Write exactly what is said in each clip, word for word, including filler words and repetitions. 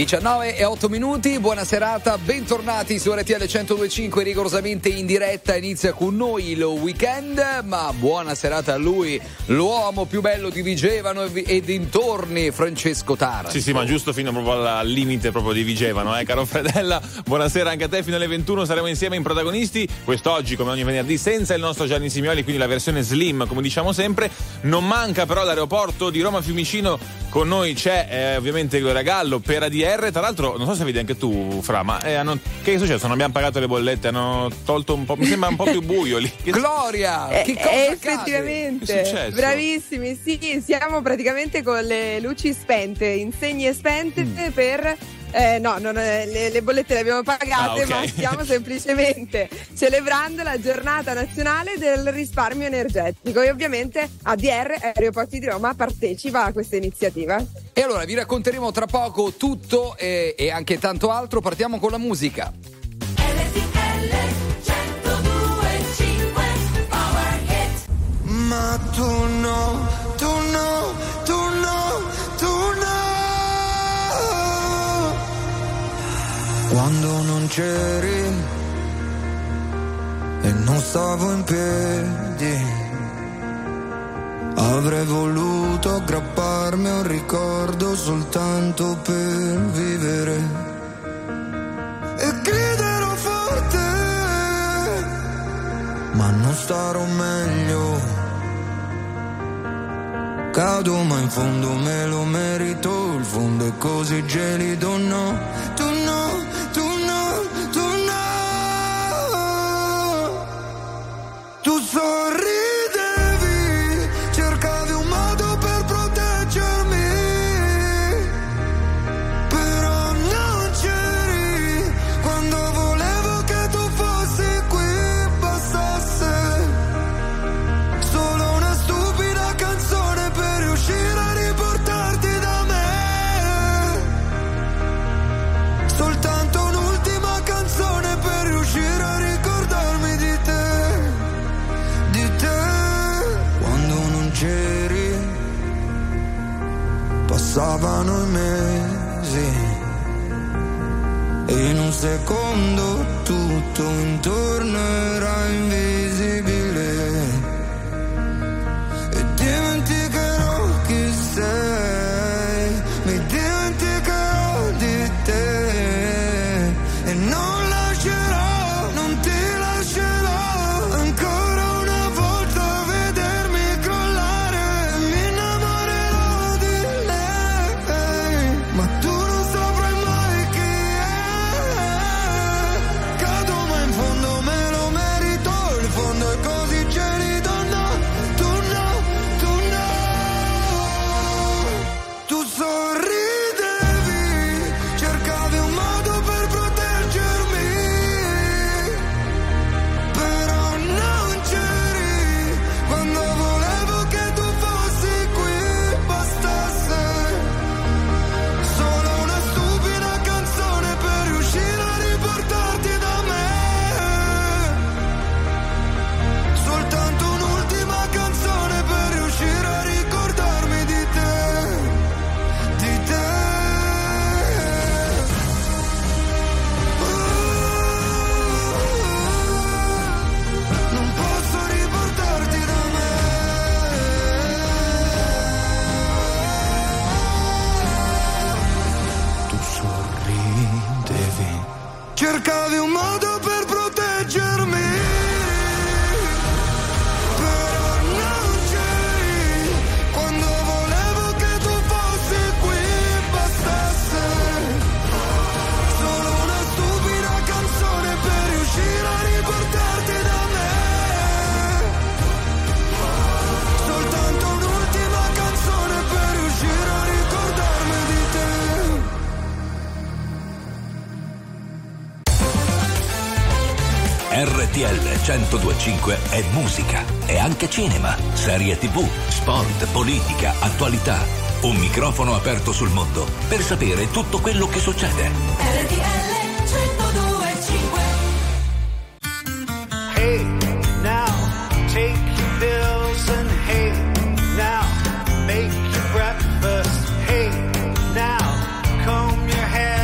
diciannove e otto minuti, buona serata, bentornati su R T L centodue e cinque, rigorosamente in diretta. Inizia con noi il weekend, ma buona serata a lui, l'uomo più bello di Vigevano e dintorni, Francesco Tara. Sì, sì, ma giusto fino proprio al limite proprio di Vigevano, eh, caro Fredella. Buonasera anche a te, fino alle ventuno saremo insieme in protagonisti. Quest'oggi, come ogni venerdì, senza il nostro Gianni Simioli, quindi la versione slim, come diciamo sempre. Non manca però l'aeroporto di Roma Fiumicino. Con noi c'è eh, ovviamente Gloria Gallo per A D R. Tra l'altro, non so se vedi anche tu, Fra, ma eh, hanno, che è successo? Non abbiamo pagato le bollette, hanno tolto un po'. Mi sembra un po' più buio lì. Gloria! Eh, che cosa eh, accade? effettivamente, Che è successo? bravissimi. Sì, siamo praticamente con le luci spente, insegne spente mm. per. Eh, no, non, le, le bollette le abbiamo pagate, ah, okay. ma stiamo semplicemente celebrando la giornata nazionale del risparmio energetico e ovviamente A D R, Aeroporti di Roma, partecipa a questa iniziativa. E allora vi racconteremo tra poco tutto e, e anche tanto altro. Partiamo con la musica. Ma tu no, tu no, tu no, tu no. Quando non c'eri e non stavo in piedi, avrei voluto aggrapparmi a un ricordo soltanto per vivere e griderò forte, ma non starò meglio. Cado ma in fondo me lo merito, il fondo è così gelido, no, tu no, tu no, tu no. Tu sorridevi, cercavi un modo per proteggermi, però non c'eri, quando volevo che tu fossi qui, bastasse solo una stupida canzone per riuscire a riportarti da me, soltanto un'ultima canzone per riuscire a ricordarmi di te, di te. Quando non c'eri passavano i mesi e in un secondo tutto intorno era invisibile e dimenticherò chi sei, mi dimenticherò di te e non lascerò, non ti lascerò ancora una volta vedermi crollare, mi innamorerò di lei, ma tu non saprai mai chi è. Cado ma in fondo me lo merito, il fondo è così gelido, no, tu no, tu no. Tu sorridevi, cercavi un modo per proteggermi, però non c'eri, quando volevo che tu fossi qui, bastasse solo una stupida canzone per riuscire a riportarti da me, soltanto un'ultima canzone per riuscire a ricordarmi di te, di te. Non posso riportarti da me. Tu sorridevi, cercavi un modo per proteggermi, però non c'eri, quando volevo che tu fossi qui, bastasse solo una stupida canzone per riuscire a riportarti da me, soltanto un'ultima canzone per riuscire a ricordarmi di te. R T L centodue e cinque è musica, è anche cinema, serie tivù, sport, politica, attualità. Un microfono aperto sul mondo per sapere tutto quello che succede. R T L centodue e cinque. Hey, now, take your pills and hey, now, make your breakfast. Hey, now, comb your hair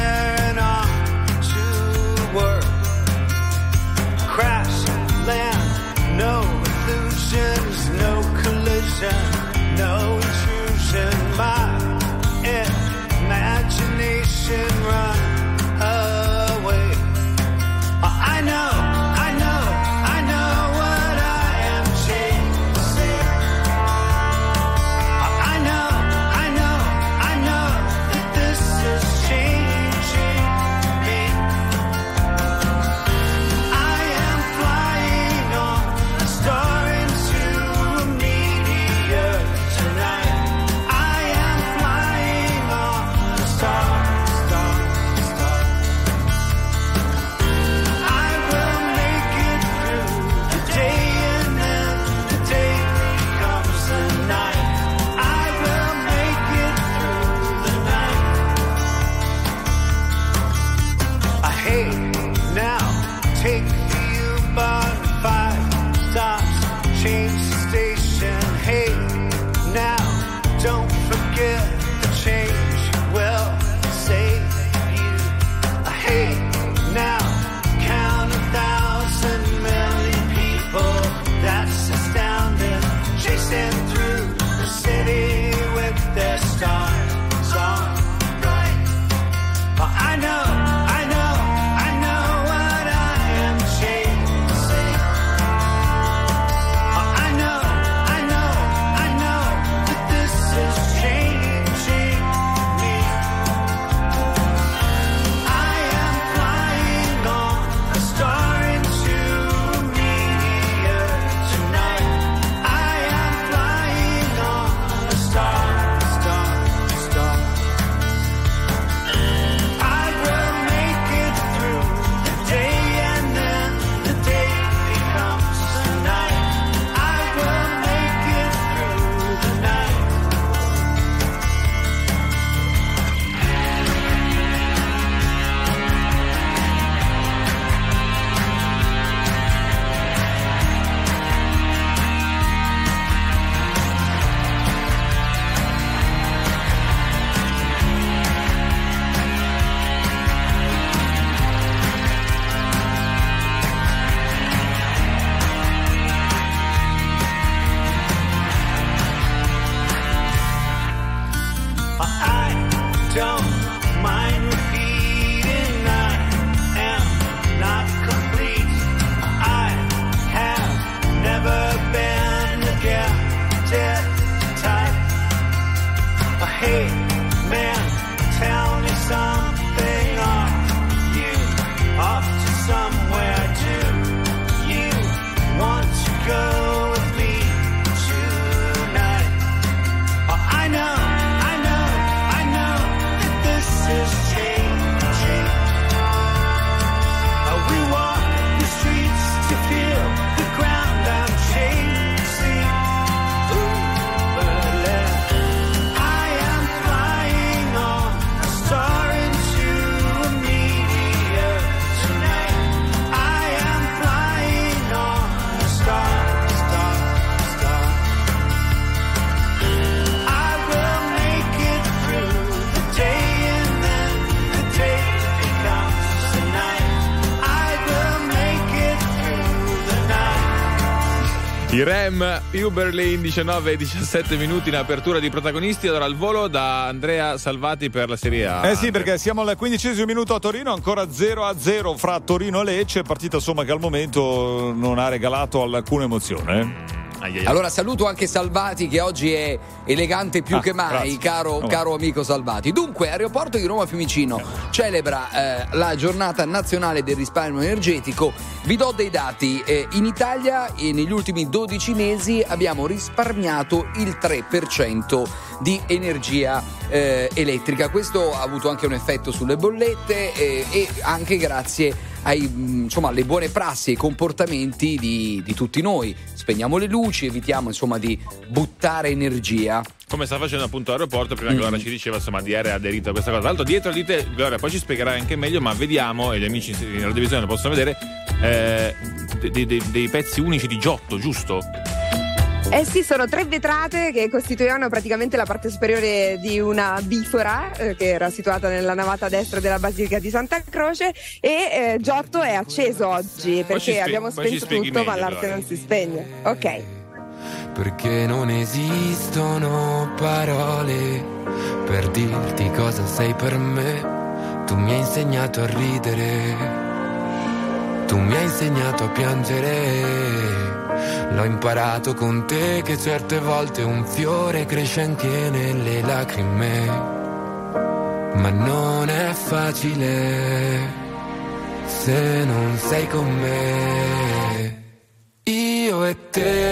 I Rem, Uberlane, diciannove e diciassette minuti in apertura di Protagonisti. Allora al volo da Andrea Salvati per la Serie A. Eh sì, perché siamo al quindicesimo minuto a Torino, ancora zero a zero fra Torino e Lecce, partita insomma che al momento non ha regalato alcuna emozione. Eh? Allora saluto anche Salvati che oggi è elegante più ah, che mai, caro, oh. caro amico Salvati. Dunque, Aeroporto di Roma Fiumicino eh. celebra eh, la giornata nazionale del risparmio energetico. Vi do dei dati, eh, in Italia eh, negli ultimi dodici mesi abbiamo risparmiato il tre per cento di energia eh, elettrica. Questo ha avuto anche un effetto sulle bollette eh, e anche grazie ai, insomma, alle buone prassi e comportamenti di, di tutti noi. Spegniamo le luci, evitiamo insomma di buttare energia. Come sta facendo appunto Aeroporto, prima mm. Gloria ci diceva insomma di aver aderito a questa cosa. Tra l'altro dietro di te, Gloria, poi ci spiegherai anche meglio, ma vediamo, e gli amici in radiovisione lo possono vedere, eh, dei, dei, dei pezzi unici di Giotto, giusto? Eh sì, sono tre vetrate che costituivano praticamente la parte superiore di una bifora eh, che era situata nella navata destra della Basilica di Santa Croce e eh, Giotto è acceso oggi perché spie- abbiamo spento tutto meglio, ma l'arte allora. Non si spegne. Ok. Perché non esistono parole per dirti cosa sei per me. Tu mi hai insegnato a ridere, tu mi hai insegnato a piangere. L'ho imparato con te che certe volte un fiore cresce anche nelle lacrime. Ma non è facile se non sei con me. Io e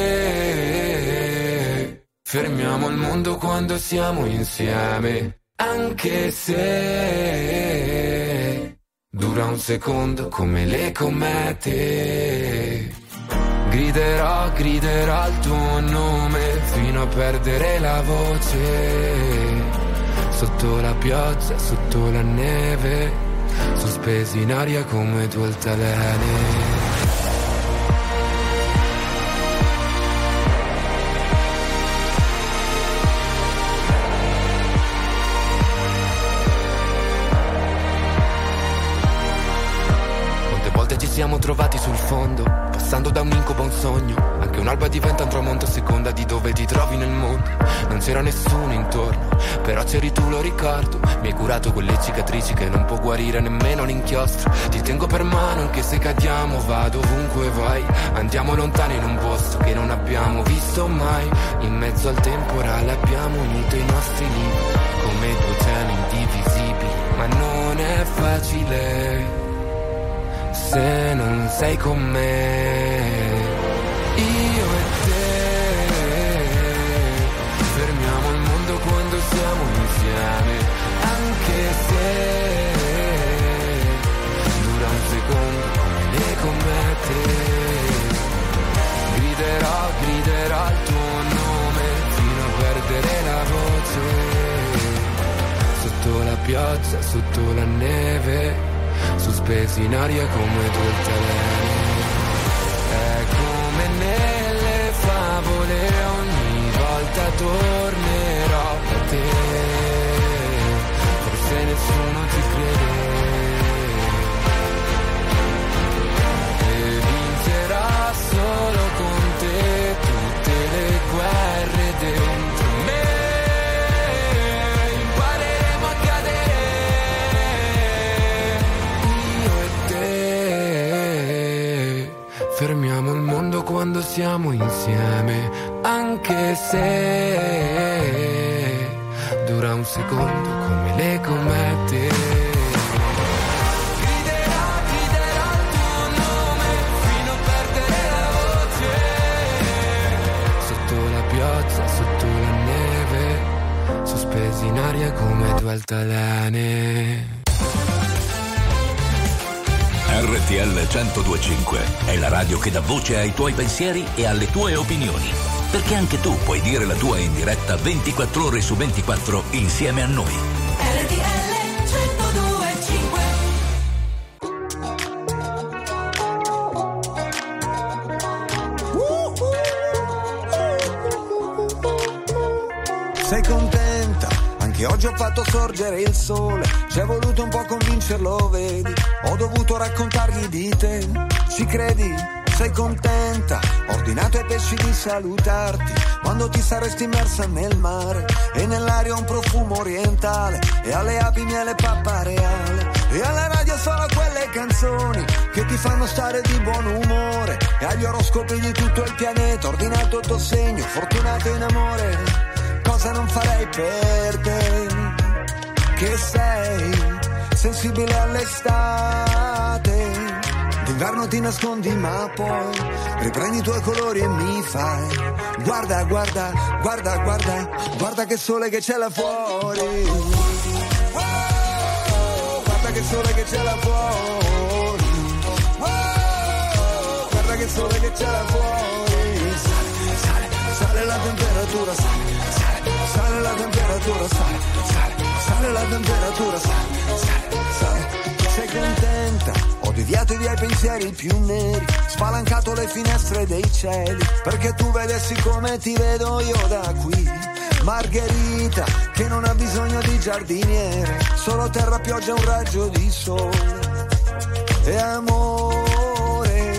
te fermiamo il mondo quando siamo insieme, anche se dura un secondo come le comete. Griderò, griderò il tuo nome fino a perdere la voce. Sotto la pioggia, sotto la neve, sospesi in aria come due altalene. Ci siamo trovati sul fondo, passando da un incubo a un sogno. Anche un'alba diventa un tramonto a seconda di dove ti trovi nel mondo. Non c'era nessuno intorno, però c'eri tu, lo ricordo. Mi hai curato quelle cicatrici che non può guarire nemmeno l'inchiostro. Ti tengo per mano anche se cadiamo, vado ovunque vai. Andiamo lontani in un posto che non abbiamo visto mai. In mezzo al temporale abbiamo unito i nostri libri come due oceani indivisibili. Ma non è facile se non sei con me. Io e te fermiamo il mondo quando siamo insieme, anche se dura un secondo come le comete. Griderò, griderò il tuo nome fino a perdere la voce. Sotto la pioggia, sotto la neve, sospesi in aria come due altalene. È come nelle favole, ogni volta tornerò da te. Forse nessuno ti crede e vincerò solo con te tutte le guerre dentro me. Impareremo a cadere. Fermiamo il mondo quando siamo insieme, anche se dura un secondo come le comete. Griderò, griderò il tuo nome fino a perdere la voce. Sotto la pioggia, sotto la neve, sospesi in aria come due altalene. R T L centodue e cinque è la radio che dà voce ai tuoi pensieri e alle tue opinioni. Perché anche tu puoi dire la tua in diretta ventiquattro ore su ventiquattro insieme a noi. R T L centodue e cinque. Sei contenta? Anche oggi ho fatto sorgere il sole. Ci è voluto un po' convincerlo, vedi. Ho dovuto raccontargli di te. Ci credi? sei contenta, ho ordinato ai pesci di salutarti quando ti saresti immersa nel mare e nell'aria un profumo orientale e alle api miele pappareale e alla radio solo quelle canzoni che ti fanno stare di buon umore e agli oroscopi di tutto il pianeta ho ordinato il tuo segno, fortunato in amore. Cosa non farei per te, che sei sensibile all'estate. D'inverno ti nascondi ma poi riprendi i tuoi colori e mi fai guarda, guarda, guarda, guarda, guarda che sole che c'è là fuori. Wow, guarda che sole che c'è là fuori. Wow, guarda che sole che c'è là fuori. Sale, sale, sale la temperatura, sale, sale, sale la temperatura, sale, sale, sale la temperatura, sale, sale, sale. Sei contenta? Ho deviato i miei pensieri più neri, spalancato le finestre dei cieli, perché tu vedessi come ti vedo io da qui. Margherita, che non ha bisogno di giardiniere, solo terra, pioggia, un raggio di sole e amore.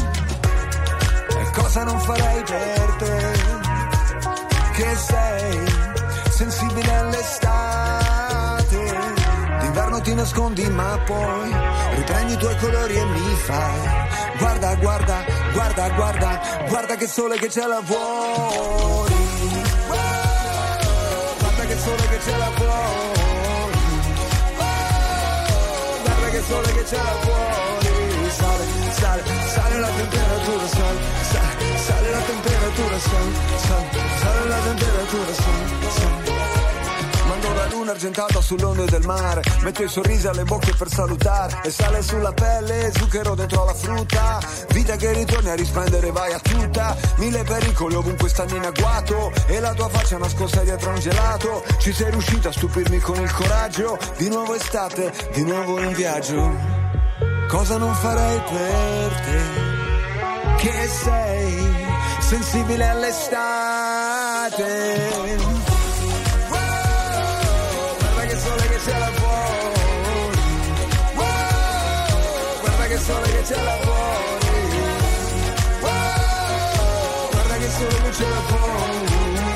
E cosa non farei per te, che sei sensibile all'estate. D'inverno ti nascondi ma poi riprendi i tuoi colori e mi fai guarda, guarda, guarda, guarda, guarda che sole che c'è là fuori. Wow, guarda che sole che c'è là fuori. Wow, guarda che sole che c'è là fuori. Sale, sale, sale la temperatura, sale, sale, sale la temperatura, sale, sale, sale la temperatura, sale, sale. Mando la luna argentata sull'onde del mare, metto i sorrisi alle bocche per salutare e sale sulla pelle, zucchero dentro la frutta, vita che ritorni a risplendere, vai a tutta, mille pericoli ovunque stanno in agguato e la tua faccia nascosta dietro un gelato, ci sei riuscita a stupirmi con il coraggio, di nuovo estate, di nuovo in viaggio. Cosa non farei per te, che sei sensibile all'estate. C'è là fuori, wow, guarda che sole che c'è là fuori, wow, guarda che sole che c'è là fuori,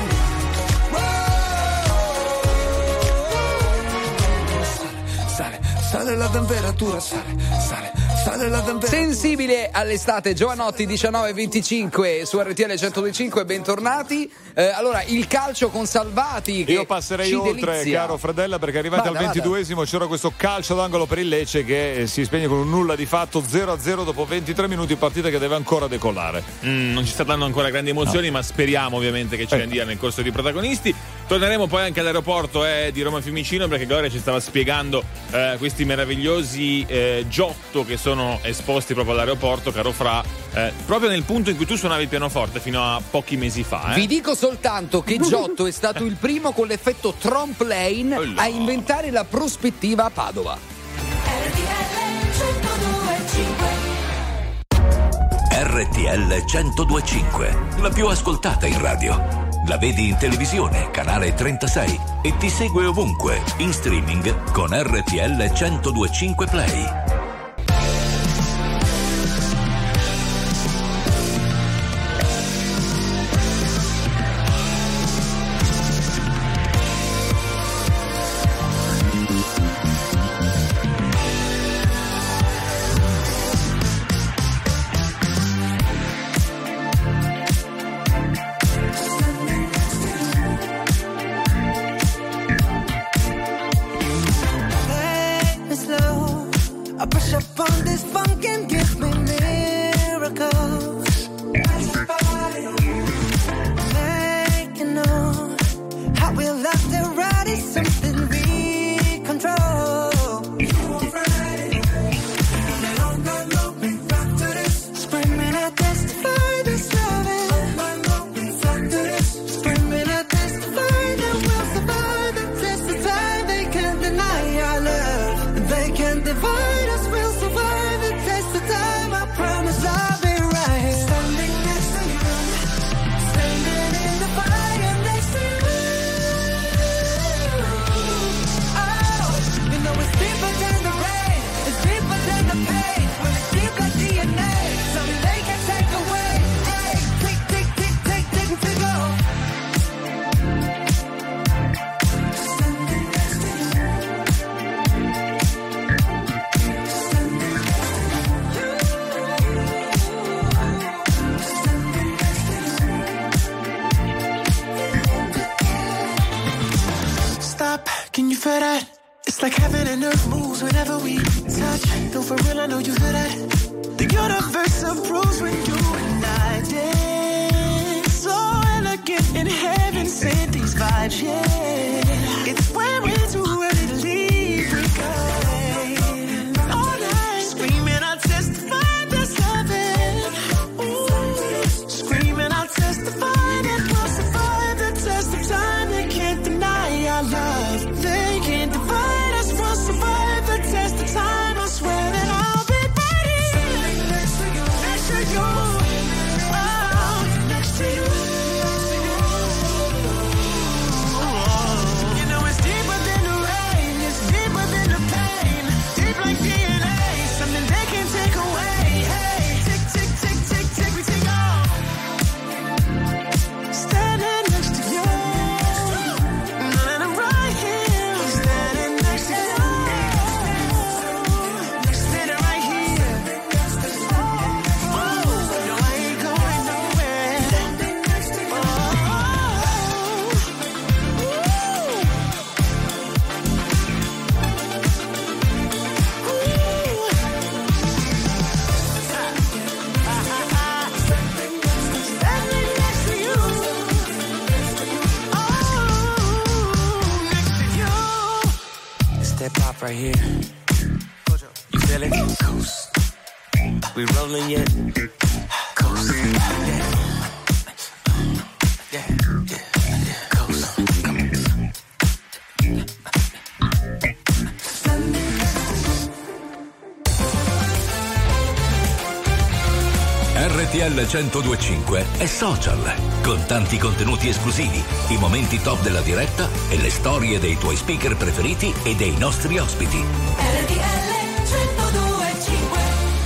wow. Sale, sale la temperatura, sale, sale, sale la temperatura. Sensibile all'estate, Giovanotti diciannove e venticinque su R T L centodue e cinque, bentornati. Eh, allora, il calcio con Salvati che io passerei ci oltre, delizia. caro Fredella, perché arrivati vada, al ventiduesimo vada. C'era questo calcio d'angolo per il Lecce che eh, si spegne con un nulla di fatto, zero a zero dopo ventitré minuti, partita che deve ancora decollare. Mm, non ci sta dando ancora grandi emozioni, no. Ma speriamo ovviamente che ci rendia eh. nel corso di protagonisti. Torneremo poi anche all'aeroporto eh, di Roma Fiumicino, perché Gloria ci stava spiegando eh, questi meravigliosi eh, Giotto che sono esposti proprio all'aeroporto, caro Fra, eh, proprio nel punto in cui tu suonavi il pianoforte fino a pochi mesi fa. Eh. Vi dico soltanto che Giotto è stato il primo con l'effetto trampoline oh, no. a inventare la prospettiva a Padova. R T L centodue e cinque, la più ascoltata in radio. La vedi in televisione, canale trentasei, e ti segue ovunque, in streaming con R T L centodue e cinque Play. feel that? It's like heaven and earth moves whenever we touch. No, for real, I know you feel that. The universe approves when you and I dance. So elegant in heaven, sent these vibes, yeah. It's when we're too early to leave, we go all night, screaming, I'll testify that's heaven. Ooh, screaming, I'll testify that we'll survive the test of time. They can't deny our love. They can't divide us. We'll survive the test of time. I swear that I'll be right here next to you, next to you, oh, next to you. You know it's deeper than the rain, it's deeper than the pain, deep like D N A, something they can't take away. Hey, tick, tick, tick, tick, tick, we take off. Standing next to you, and I'm right here, standing next to you, standing right here. Oh, no, I ain't going nowhere. Oh, standing next to you. Oh, next to you. It's that pop right here. You feel it? Coast. We rolling yet? Coast. Yeah. Yeah. Yeah. Coast. R T L centodue e cinque è social, con tanti contenuti esclusivi, i momenti top della diretta e le storie dei tuoi speaker preferiti e dei nostri ospiti. R T L centodue e cinque.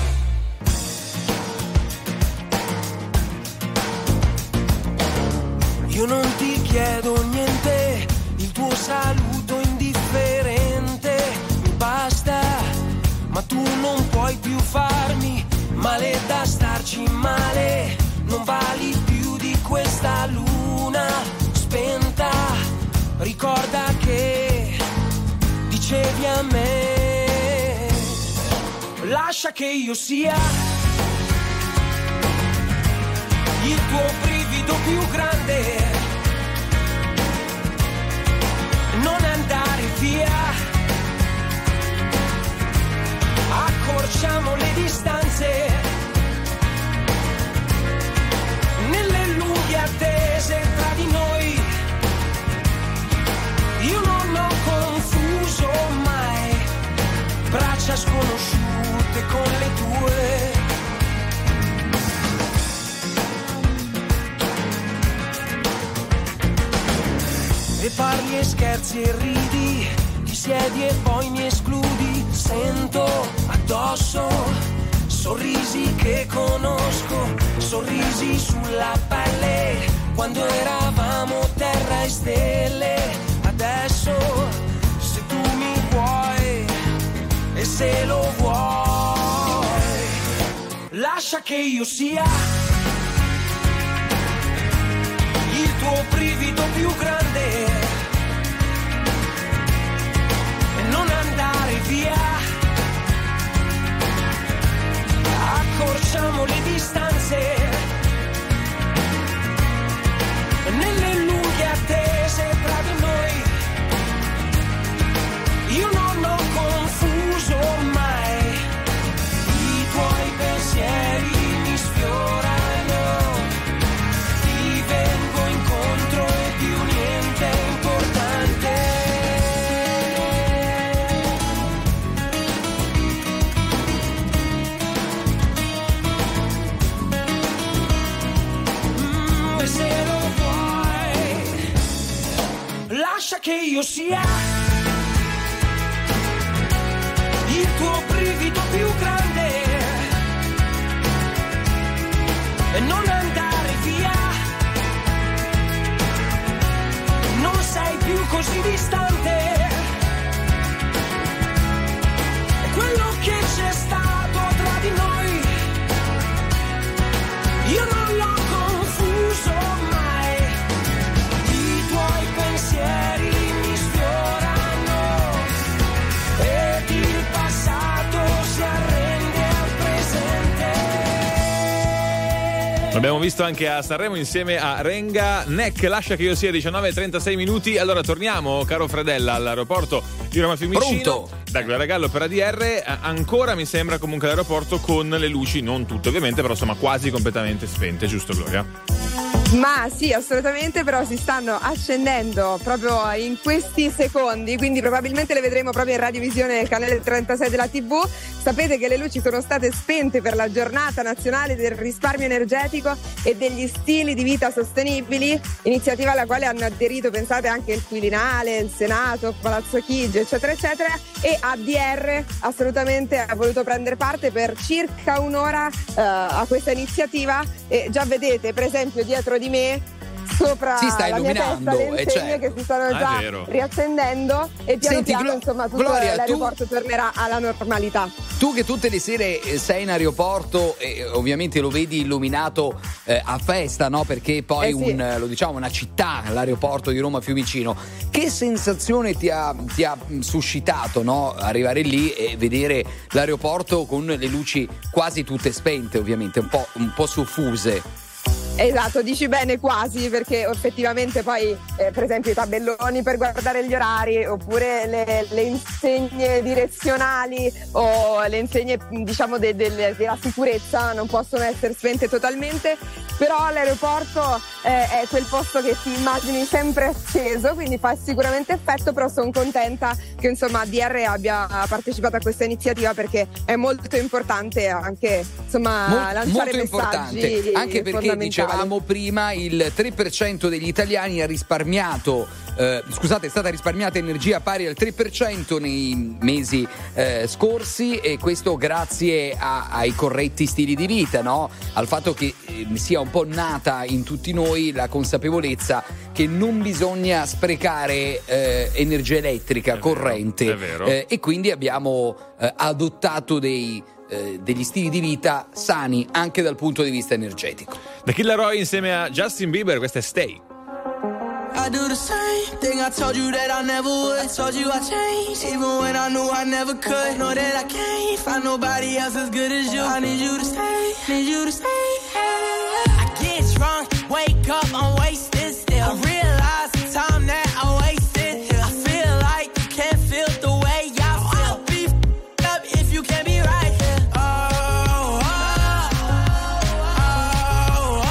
Io non ti chiedo niente, il tuo saluto indifferente mi basta, ma tu non puoi più farmi male da starci male, non vali più di questa luna spenta, ricorda che dicevi a me, lascia che io sia il tuo brivido più grande, non andare via, accorciamo le distanze, nelle lunghe attese tra di noi, io non ho confuso mai, braccia sconosciute con le tue. E parli e scherzi e ridi, ti siedi e poi mi escludi, sento addosso sorrisi che conosco, sorrisi sulla pelle, quando eravamo terra e stelle, adesso se tu mi vuoi e se lo vuoi, lascia che io sia il tuo brivido più grande, e non andare via, accorciamo le distanze, nelle lunghe attese tra di noi, io non ho confuso mai, i tuoi pensieri mi sfiorano, ti vengo incontro e più niente è importante. Mm, e se lo vuoi, lascia che io sia il tuo brivido più grande e non andare via, non sei più così distante, è quello che c'è stato tra di noi, io non l'ho confuso mai, i tuoi pensieri mi sfiorano, L'abbiamo visto anche a Sanremo insieme a Renga. Neck, lascia che io sia, diciannove e trentasei minuti. Allora torniamo, caro Fredella, all'aeroporto di Roma Fiumicino. Pronto? Da Gloria Gallo per A D R. Ancora mi sembra comunque l'aeroporto con le luci, non tutte ovviamente, però insomma quasi completamente spente, giusto Gloria? Ma sì, assolutamente, però si stanno accendendo proprio in questi secondi, quindi probabilmente le vedremo proprio in radiovisione canale trentasei della tivù. Sapete che le luci sono state spente per la giornata nazionale del risparmio energetico e degli stili di vita sostenibili, iniziativa alla quale hanno aderito, pensate, anche il Quirinale, il Senato, Palazzo Chigi, eccetera eccetera, e A D R assolutamente ha voluto prendere parte per circa un'ora uh, a questa iniziativa, e già vedete per esempio dietro di me sopra si sta la mia illuminando, testa le e insegne cioè... che si stanno Ah, già vero. riaccendendo e piano Senti, piano Glo- insomma tutto Gloria, l'aeroporto tu... tornerà alla normalità. Tu che tutte le sere sei in aeroporto e ovviamente lo vedi illuminato eh, a festa, no? Perché poi Eh sì. un, lo diciamo, una città, l'aeroporto di Roma Fiumicino. Che sensazione ti ha, ti ha suscitato, no? Arrivare lì e vedere l'aeroporto con le luci quasi tutte spente, ovviamente, un po', un po' soffuse. Esatto, dici bene quasi, perché effettivamente poi eh, per esempio i tabelloni per guardare gli orari, oppure le, le insegne direzionali o le insegne diciamo de, de, della sicurezza non possono essere spente totalmente, però l'aeroporto eh, è quel posto che ti immagini sempre acceso, quindi fa sicuramente effetto. Però sono contenta che insomma A D R abbia partecipato a questa iniziativa, perché è molto importante anche insomma Mol- lanciare molto messaggi importante, anche perché fondamentali. dicevamo prima il tre per cento degli italiani ha risparmiato eh, scusate è stata risparmiata energia pari al tre per cento nei mesi eh, scorsi, e questo grazie a, ai corretti stili di vita, no? Al fatto che eh, sia un po' nata in tutti noi la consapevolezza che non bisogna sprecare eh, energia elettrica, È corrente, vero, è vero. Eh, e quindi abbiamo eh, adottato dei Eh, degli stili di vita sani anche dal punto di vista energetico. The Killer Roy insieme a Justin Bieber, questa è Stay. I do the same thing I told you that I never would. I told you I changed, even when I knew I never could. Know that I can't find nobody else as good as you. I need you to stay, need you to stay. I get drunk, wake up, I'm wasted still. I realize the time that I wasted here. I feel like you can't feel the way I feel. I'll be f***ed up if you can't be right here. Oh, oh, oh, oh,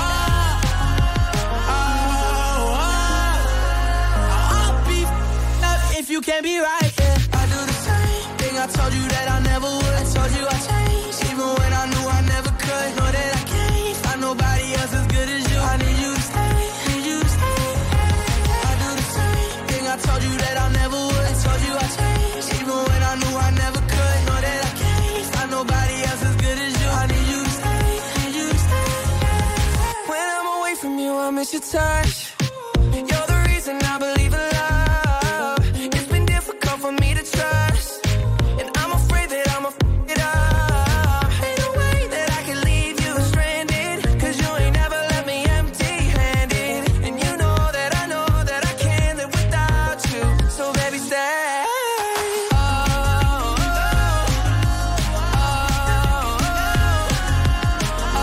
oh, oh. I'll be f***ed up if you can't be right here. I do the same thing I told you that I never would. I told you I changed, even when I knew I never could. Know that I can't find nobody else as good as you. I need you to stay, need you to stay. I do the same thing I told you that I never would. I told you I changed, even when I knew I never could. Know that I can't find nobody else as good as you. I need you to stay, need you to stay. When I'm away from you, I miss your touch. You're the reason I believe in love. It's been difficult for me to trust, and I'm afraid that I'ma f*** it up. Ain't no way that I can leave you stranded, 'cause you ain't never left me empty-handed. And you know that I know that I can't live without you. So baby, stay. Oh, oh, oh, oh,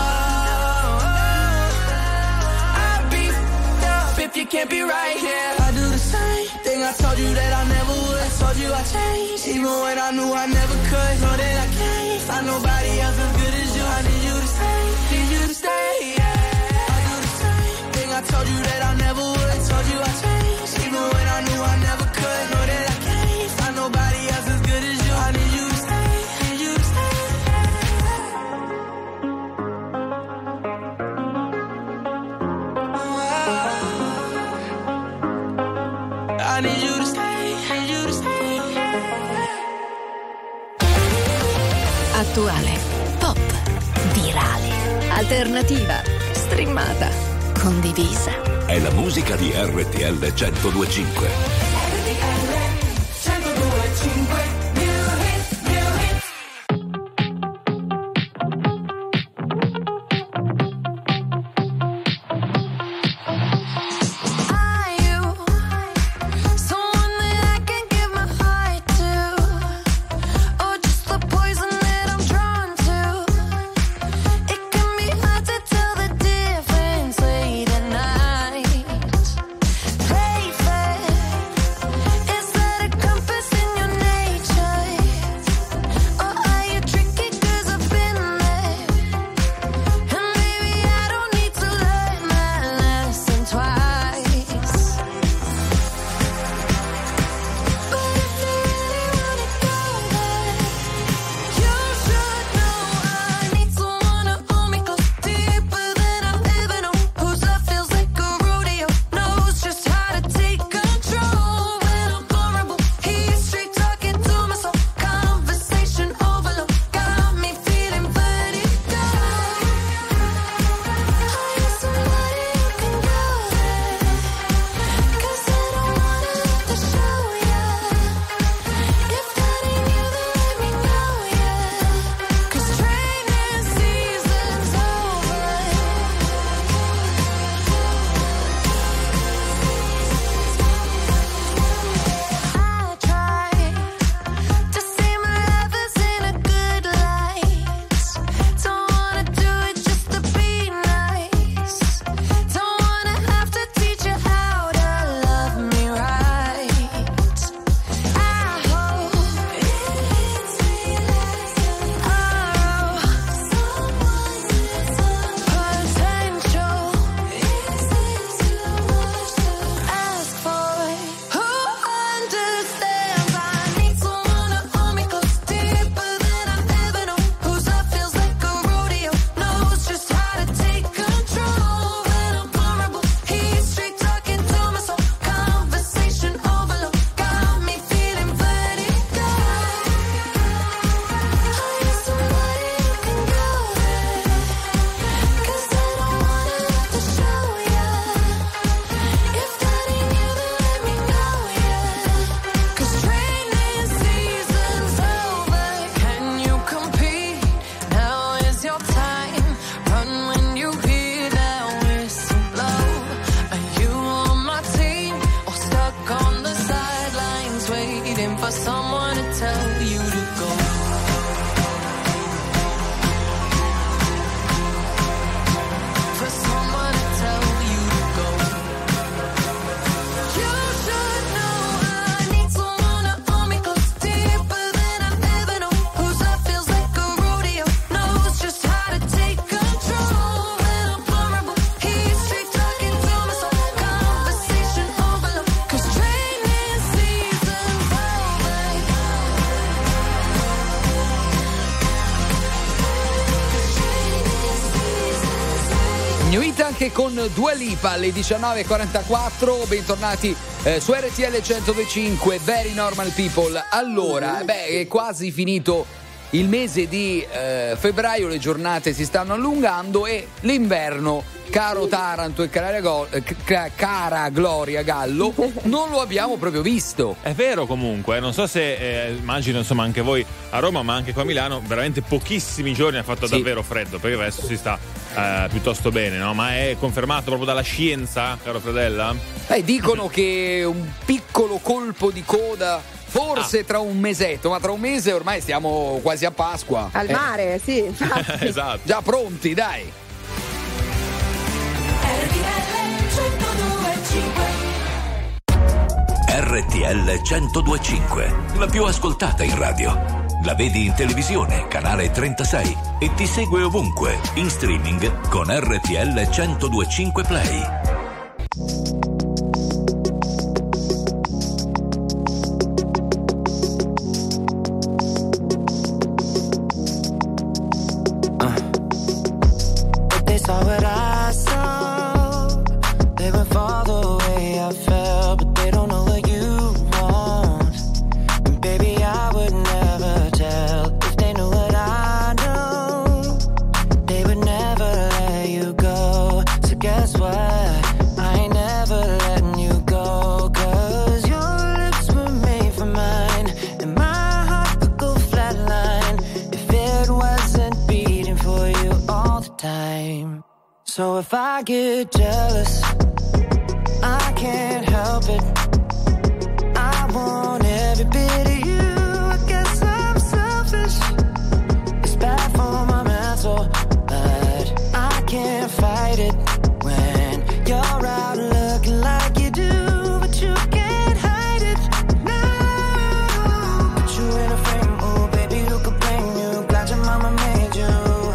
oh. I'd be f***ed up if you can't be right here. I do the same thing I told you that I never would. I told you I changed, even when I knew I never could. Know that I can't find nobody else as good as you. I need you to stay, need you to stay. Yeah. I do the same thing I told you that I never would. I told you I changed, even when I knew I never could. Know that I can't find nobody else as good as you. I need you to stay, need you to stay. I need you to stay, need you to stay. Attuale, pop, virale, alternativa, streamata, condivisa. È la musica di R T L centodue e cinque. R T L centodue e cinque. Poison that I'm drawn to. It can be hard to tell the difference. anche con Dua Lipa alle diciannove e quarantaquattro. Bentornati eh, su R T L centodue e cinque, Very Normal People. Allora, beh, è quasi finito il mese di eh, febbraio, le giornate si stanno allungando e l'inverno, caro Taranto e cara, Go- ca- cara Gloria Gallo, non lo abbiamo proprio visto. È vero comunque, non so se eh, immagino insomma anche voi a Roma ma anche qua a Milano, veramente pochissimi giorni ha fatto Sì. davvero freddo, perché adesso si sta eh, piuttosto bene, no? Ma è confermato proprio dalla scienza, caro Fredella? Beh, dicono che un piccolo colpo di coda forse Ah. tra un mesetto, ma tra un mese ormai stiamo quasi a Pasqua. Al Eh, mare, sì. infatti. Esatto. già pronti, dai. R T L centodue e cinque, la più ascoltata in radio. La vedi in televisione, canale trentasei, e ti segue ovunque, in streaming con R T L centodue e cinque Play. They saw what I saw. They would fall the way I felt, but they don't know what you want. And baby, I would never tell if they knew what I know. They would never let you go. So guess what? I ain't never letting you go. 'Cause your lips were made for mine, and my heart would go flatline if it wasn't beating for you all the time. So if I get jealous, I can't help it. I want every bit of you. I guess I'm selfish. It's bad for my mental, but I can't fight it when you're out looking like you do, but you can't hide it. No, put you in a frame, oh baby, who could blame you? Glad your mama made you,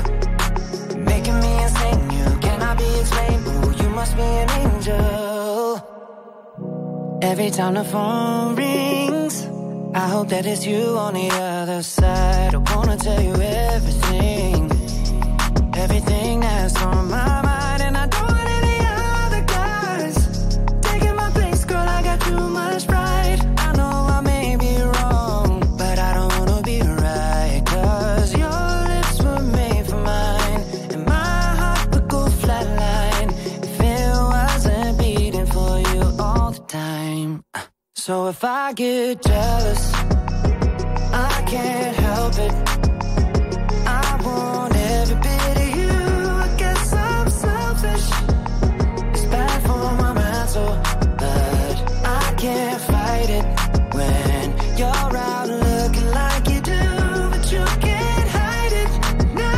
making me insane. You cannot be explained. Ooh, you must be an angel. Every time the phone rings, I hope that it's you on the other side. I wanna tell you everything, everything that's on my mind, and I don't want any other guys taking my place, girl. I got too much pride. I know I may be wrong, but I don't wanna be right. 'Cause your lips were made for mine, and my heart would go flatline if it wasn't beating for you all the time. So if I get jealous, I can't help it. I want every bit of you. I guess I'm selfish. It's bad for my mental, but I can't fight it when you're out looking like you do, but you can't hide it. No,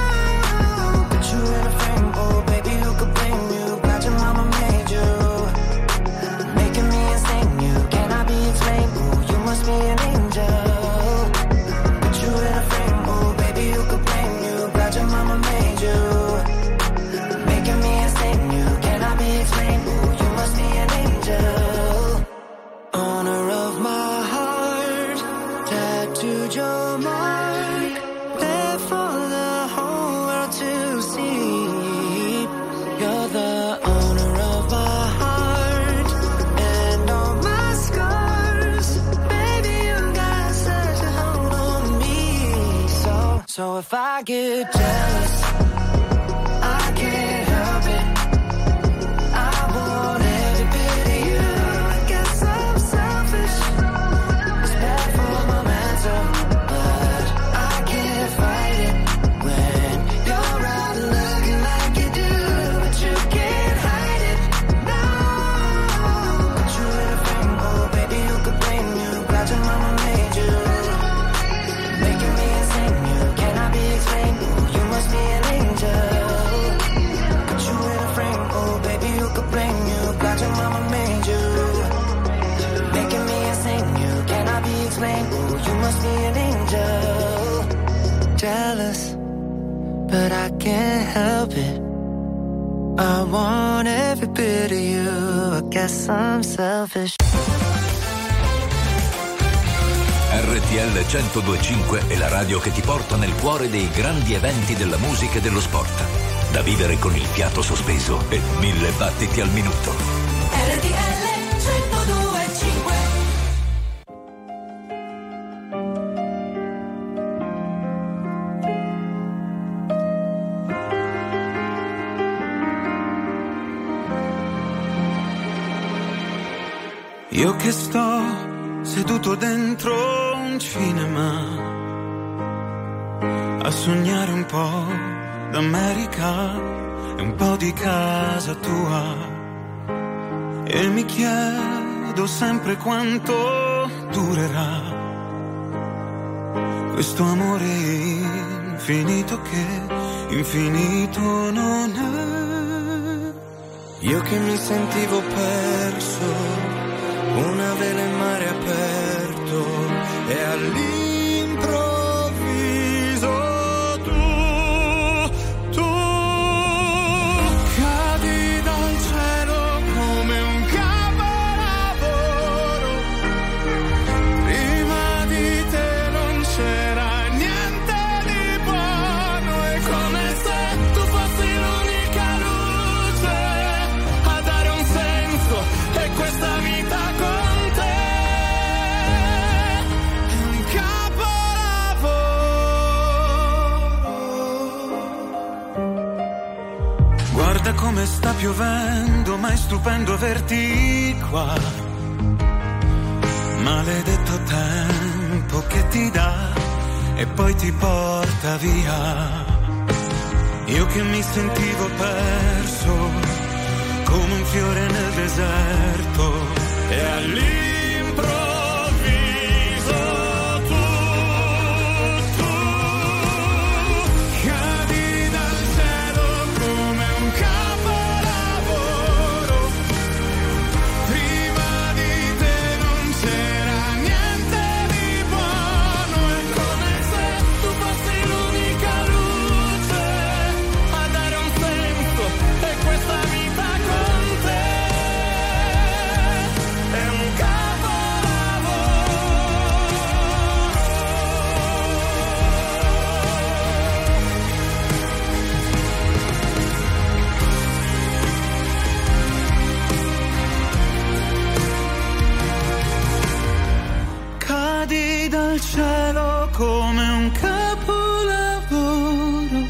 put you in a frame, oh baby, who could blame you? Glad your mama made you, making me insane. You cannot be explained. Ooh, you must be an angel. Put you in a frame, oh baby, who could blame you? Glad your mama made you, making me insane. You cannot be explained. Ooh, you must be an angel. Owner of my heart, tattooed your mark, there for the whole world to see. You're the owner of my heart and all my scars. Baby, you got such a hold on me. So, so if I get jealous, I can't help it. I want every bit of you. I guess I'm selfish. It's bad for my mental, but I can't fight it when you're out looking like you do, but you can't hide it. No, put you in a frame, oh baby, who could blame you? Glad your mama made you, making me insane. You cannot be explained. Ooh, you must be an angel. Put you in a frame, oh baby, who could blame you? Glad your mama made you, making me insane. You cannot be explained. Ooh, you must be an angel. Jealous, but I can't help it. I want every bit of you. I guess I'm selfish. R T L centodue e cinque è la radio che ti porta nel cuore dei grandi eventi della musica e dello sport. da vivere con il fiato sospeso e mille battiti al minuto. R T L centodue e cinque. Io che sto seduto dentro un cinema a sognare un po' d'America e un po' di casa tua, e mi chiedo sempre quanto durerà questo amore infinito che infinito non è. Io che mi sentivo perso, una vela in mare aperto, e all'improvviso tu, tu cadi dal cielo come un capolavoro. Prima di te non c'era niente di buono, è come se tu fossi l'unica luce a dare un senso e questa vita con come sta piovendo, ma è stupendo averti qua. Maledetto tempo che ti dà e poi ti porta via. Io che mi sentivo perso come un fiore nel deserto, e all'improvviso dal cielo come un capolavoro.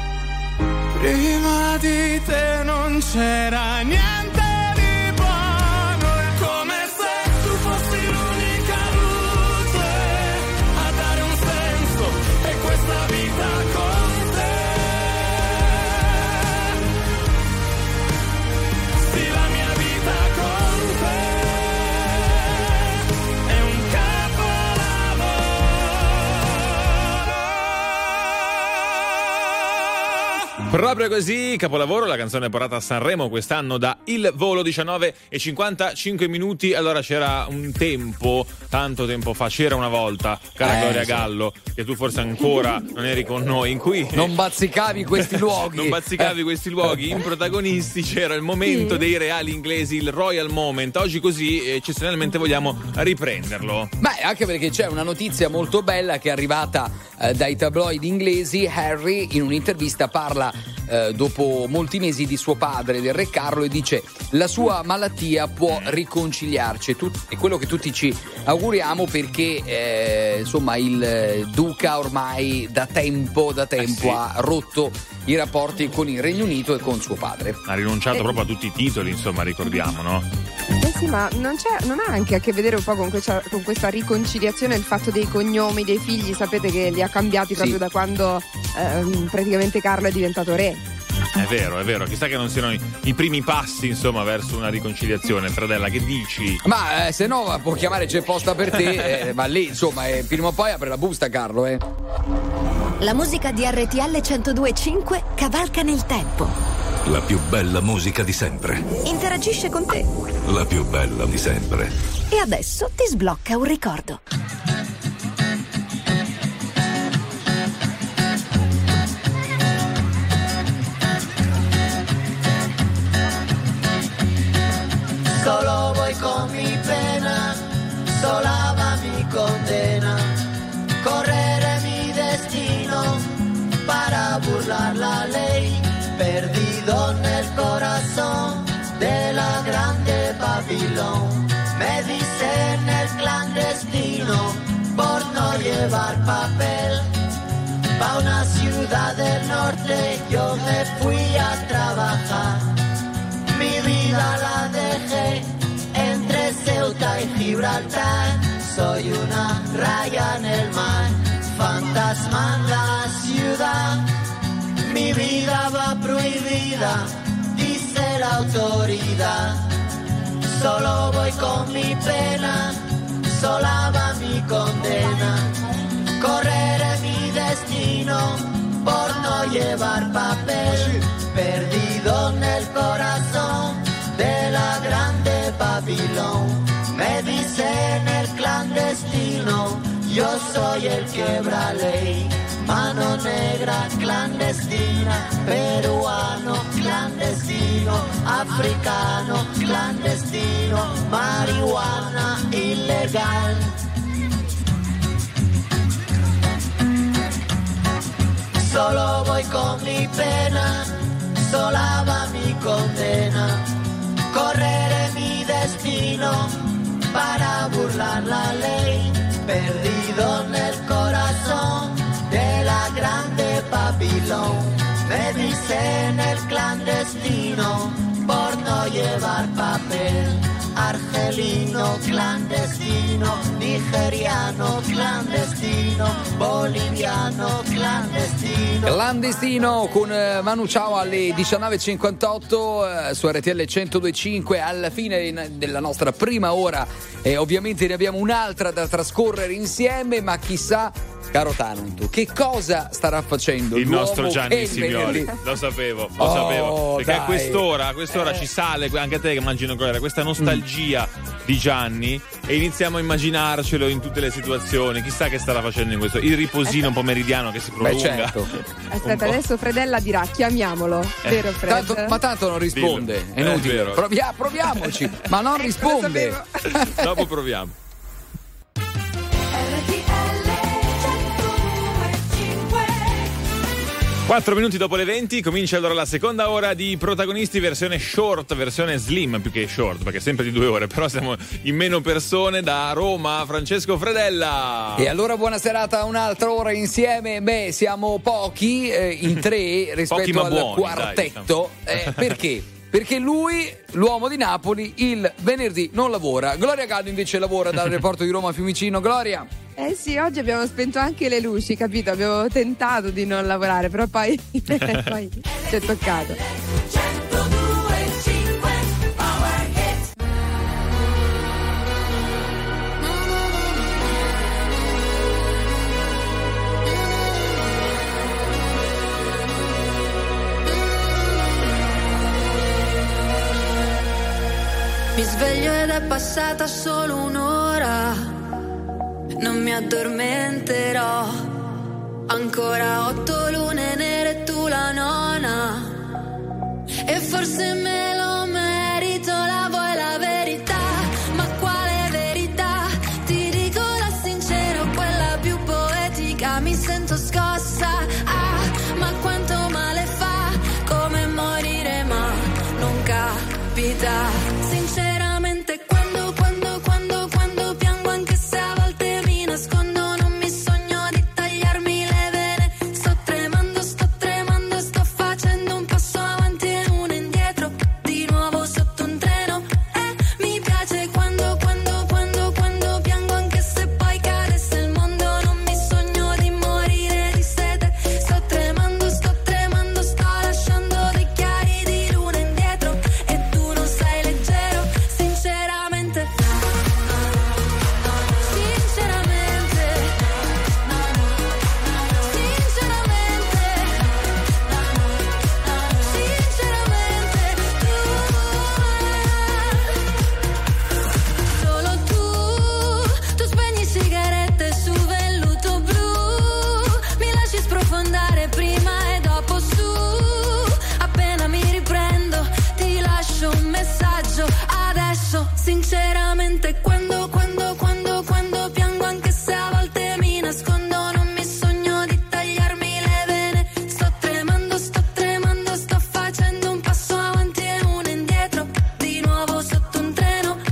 Prima di te non c'era niente di buono, è come se tu fossi l'unica luce a dare un senso e questa vita con te. Sì, la mia vita con te è un proprio così, capolavoro, la canzone portata a Sanremo quest'anno da Il Volo, diciannove e cinquantacinque minuti. Allora, c'era un tempo, tanto tempo fa, c'era una volta, cara Eh, Gloria sì. Gallo, che tu forse ancora non eri con noi, in cui Non bazzicavi questi luoghi. non bazzicavi questi luoghi. In protagonisti c'era il momento Sì. dei reali inglesi, il Royal Moment. Oggi così eh, eccezionalmente vogliamo riprenderlo. Beh, anche perché c'è una notizia molto bella che è arrivata eh, dai tabloid inglesi. Harry in un'intervista parla eh, dopo molti mesi di suo padre, del re Carlo, e dice: la sua malattia può riconciliarci. Tut- è quello che tutti ci auguriamo, perché eh, insomma il eh, duca ormai da tempo, da tempo Eh sì. ha rotto i rapporti con il Regno Unito e con suo padre. Ha rinunciato Eh. proprio a tutti i titoli, insomma, ricordiamo, no? Eh sì, ma non, c'è, non ha anche a che vedere un po' con questa, con questa riconciliazione il fatto dei cognomi dei figli? Sapete che li ha cambiati proprio Sì. da quando ehm, praticamente Carlo è diventato re. È vero, è vero. Chissà che non siano i, i primi passi, insomma, verso una riconciliazione. Fradella, che dici? Ma eh, se no può chiamare C'è posta per te, eh, ma lì insomma eh, prima o poi apre la busta, Carlo, eh. La musica di R T L centodue e cinque cavalca nel tempo. La più bella musica di sempre. Interagisce con te. La più bella di sempre. E adesso ti sblocca un ricordo. Solo voi con mi pena, solava mi condena, correre mi destino para burlar la ley, pero Babilón. Me dice en el clandestino por no llevar papel. Pa' una ciudad del norte yo me fui a trabajar. Mi vida la dejé entre Ceuta y Gibraltar. Soy una raya en el mar, fantasma en la ciudad. Mi vida va prohibida, dice la autoridad. Solo voy con mi pena, sola va mi condena. Correré mi destino por no llevar papel. Perdido en el corazón de la grande Babilón. Me dice en el clandestino, yo soy el quebra ley. Mano negra clandestina, peruano clandestino, africano clandestino, marihuana ilegal. Solo voy con mi pena, sola va mi condena. Correré mi destino para burlar la ley. Perdido en el corazón de la grande Babilón. Me dice en el clandestino por no llevar papel. Argelino clandestino, nigeriano clandestino, boliviano clandestino. Clandestino con eh, Manu Ciao alle diciannove e cinquantotto eh, su R T L centodue e cinque. Alla fine in, della nostra prima ora e eh, ovviamente ne abbiamo un'altra da trascorrere insieme, ma chissà, caro Tananto, che cosa starà facendo il l'uomo nostro Gianni il Simioli? venerdì? Lo sapevo, lo Oh, sapevo. Perché dai. a quest'ora, a quest'ora Eh. ci sale, anche a te che immagino che era questa nostalgia mm. di Gianni, e iniziamo a immaginarcelo in tutte le situazioni. Chissà che starà facendo in questo. Il riposino un po' meridiano che si prolunga. Beh, certo. Aspetta, adesso Fredella dirà chiamiamolo, Eh. vero Fred? Tanto, ma tanto non risponde, Dillo. è inutile. Eh, è vero. Provia- proviamoci, ma non risponde. Dopo proviamo. Quattro minuti dopo le venti comincia allora la seconda ora di Protagonisti versione short, versione slim più che short, perché è sempre di due ore, però siamo in meno persone. Da Roma, Francesco Fredella. E allora buona serata, un'altra ora insieme. Beh, siamo pochi, eh, in tre rispetto Pochi ma al buoni, quartetto. dai, eh, perché? Perché lui, l'uomo di Napoli, il venerdì non lavora. Gloria Gallo invece lavora dall'aeroporto di Roma Fiumicino. Gloria. Eh sì, oggi abbiamo spento anche le luci, capito? Abbiamo tentato di non lavorare, però poi, poi ci è toccato. Mi sveglio ed è passata solo un'ora. Non mi addormenterò. Ancora otto lune nere e tu la nona. E forse me lo merito, la vuoi la verità? Ma quale verità? Ti dico la sincera, quella più poetica. Mi sento scossa, ah, ma quanto male fa. Come morire ma non capita. Sinceramente quando, quando, quando, quando piango, anche se a volte mi nascondo, non mi sogno di tagliarmi le vene. Sto tremando, sto tremando, sto facendo un passo avanti e uno indietro, di nuovo sotto un treno. E mi piace quando, quando, quando, quando piango, anche se poi cadesse il mondo, non mi sogno di morire di sete. Sto tremando, sto tremando, sto lasciando dei chiari di luna indietro, e tu non sei leggero. Sinceramente, sinceramente, sinceramente, sinceramente, tu, solo tu, tu spegni sigarette su velluto blu, mi lasci sprofondare prima e dopo su, appena mi riprendo ti lascio un messaggio adesso. Sinceramente quando, quando, quando, quando piango, anche se a volte mi nascondo, non mi sogno di tagliarmi le vene. Sto tremando, sto tremando, sto facendo un passo avanti e uno indietro, di nuovo sotto un treno.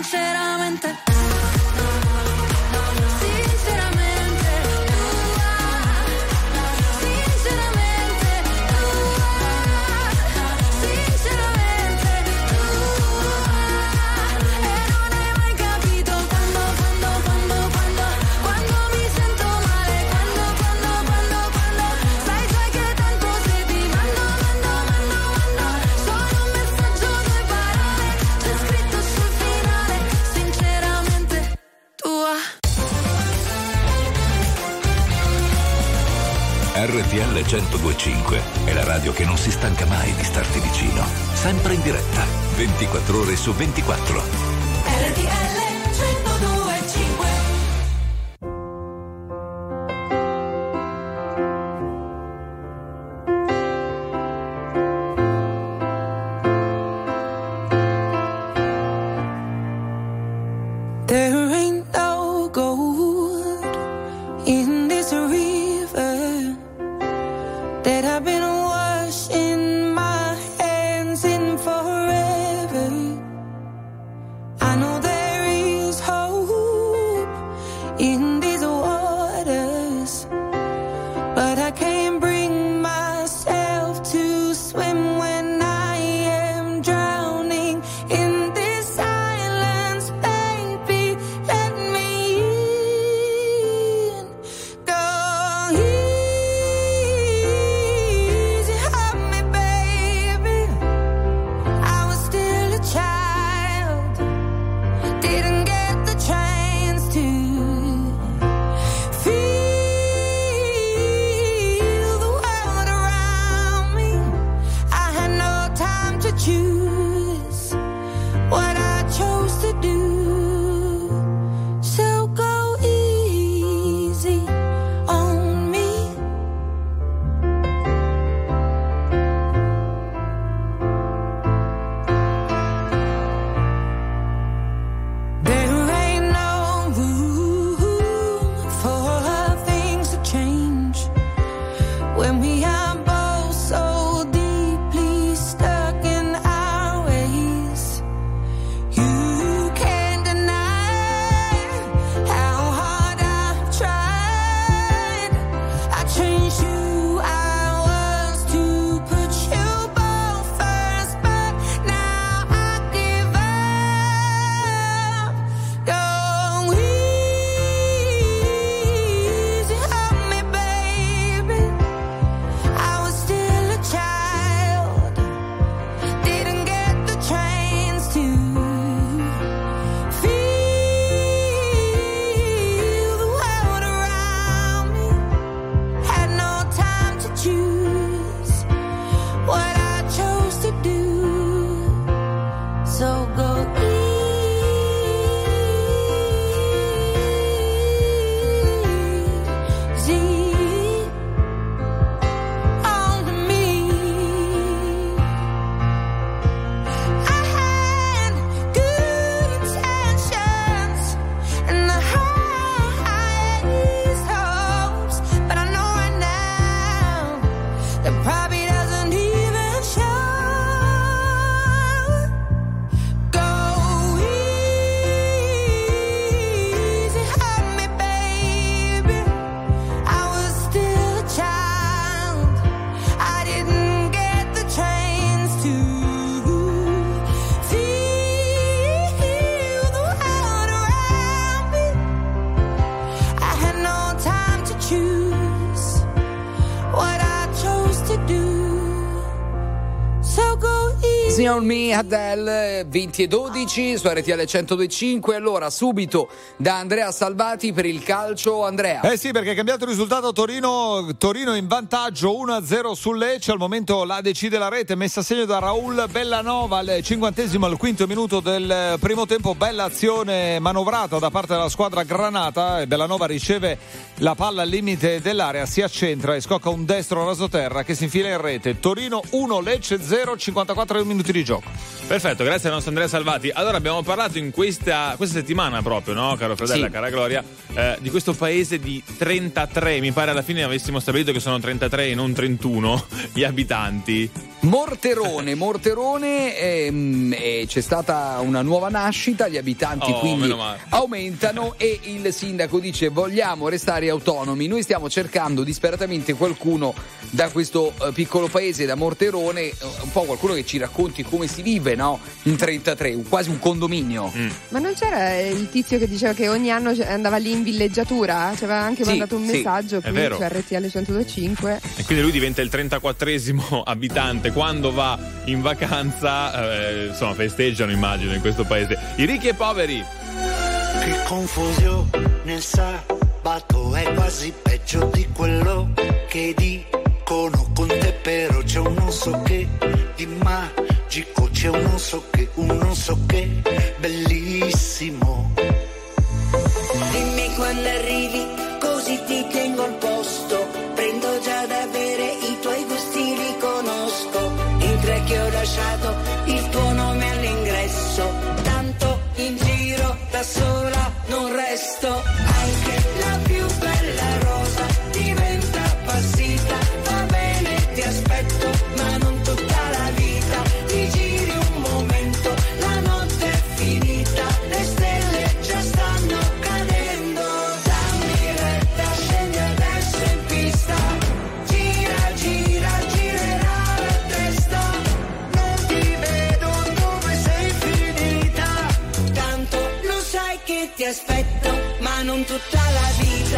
sinceramente. Sinceramente, sinceramente, sinceramente, e non hai mai capito quando, quando, quando, quando, quando mi sento male, quando, quando, quando, quando, sai, sai che tanto se ti mando, mando, mando, mando, solo un messaggio, due parole, c'è scritto sul finale, sinceramente tua. R T L centodue e cinque è la radio che non si stanca mai di starti vicino. Sempre in diretta, ventiquattro ore su ventiquattro. R T L centodue e cinque. There ain't no gold in this river that I've been washing my hands in forever. I know there is hope in these waters, but I can't bring myself to swim when I am drowning in this silence, baby. Let me in. Go easy on me, baby. I was still a child, didn't get the chance to feel the world around me. I had no time to choose what I chose to do. So go easy on me. There ain't no room for things to change when we are both so deeply stuck in our ways. You can't deny how hard I've tried. I changed who I was to put you both first, but now I give up. Go easy on me, baby. I was still a child, didn't get the chance to feel the world around me. Had no time to choose what I chose to do. So go easy on me. I had good intentions and the highest hopes, but I know right now that probably doesn't even show. Go easy on me, baby. I was still a child, I didn't get the chance to feel the world around me. I had no time to choose what I chose to do. So go easy. On Me, Adele, venti e dodici su R T L centodue e cinque. Allora, subito da Andrea Salvati per il calcio. Andrea. Eh sì, perché è cambiato il risultato. Torino, Torino in vantaggio uno a zero sul Lecce. Al momento la decide la rete, messa a segno da Raul Bellanova al cinquantesimo, al quinto minuto del primo tempo. Bella azione manovrata da parte della squadra granata, e Bellanova riceve la palla al limite dell'area, si accentra e scocca un destro rasoterra che si infila in rete. Torino uno, Lecce zero, cinquantaquattro minuti di gioco. Perfetto, grazie al nostro Andrea Salvati. Allora abbiamo parlato in questa, questa settimana proprio, no, caro Fredella, Sì. cara Gloria, eh, di questo paese di trentatré, mi pare alla fine avessimo stabilito che sono trentatré e non trentuno gli abitanti. Morterone, Morterone, ehm, e c'è stata una nuova nascita, gli abitanti Oh, quindi meno male. aumentano e il sindaco dice vogliamo restare autonomi, noi stiamo cercando disperatamente qualcuno da questo eh, piccolo paese, da Morterone, eh, un po' qualcuno che ci racconti come si vive, no? In trentatré, un- quasi un condominio. Mm. Ma non c'era il tizio che diceva che ogni anno andava lì in villeggiatura? Ci aveva anche Sì, mandato un sì, messaggio è qui vero. su R T L centodue e cinque. E quindi lui diventa il trentaquattresimo abitante. Quando va in vacanza, eh, insomma, festeggiano, immagino, in questo paese. I ricchi e poveri. Che confusione, sabato è quasi peggio di quello che dicono con te, però c'è un non so che di magico, c'è un non so che, un non so che bellissimo. Dimmi quando arrivi, così ti tengo al posto. Prendo già da bere, i tuoi gusti li conosco. In tre che ho lasciato il tuo nome all'ingresso. Tanto in giro da sola non resto. Anche la più bella rosa diventa appassita. Va bene, ti aspetto, ma non tutta la vita. Ti giri un momento, la notte è finita. Le stelle già stanno cadendo. Dammi retta, scendi adesso in pista. Gira, gira, girerà la testa. Non ti vedo dove sei finita. Tanto lo sai che ti aspetto, ma non tutta la vita.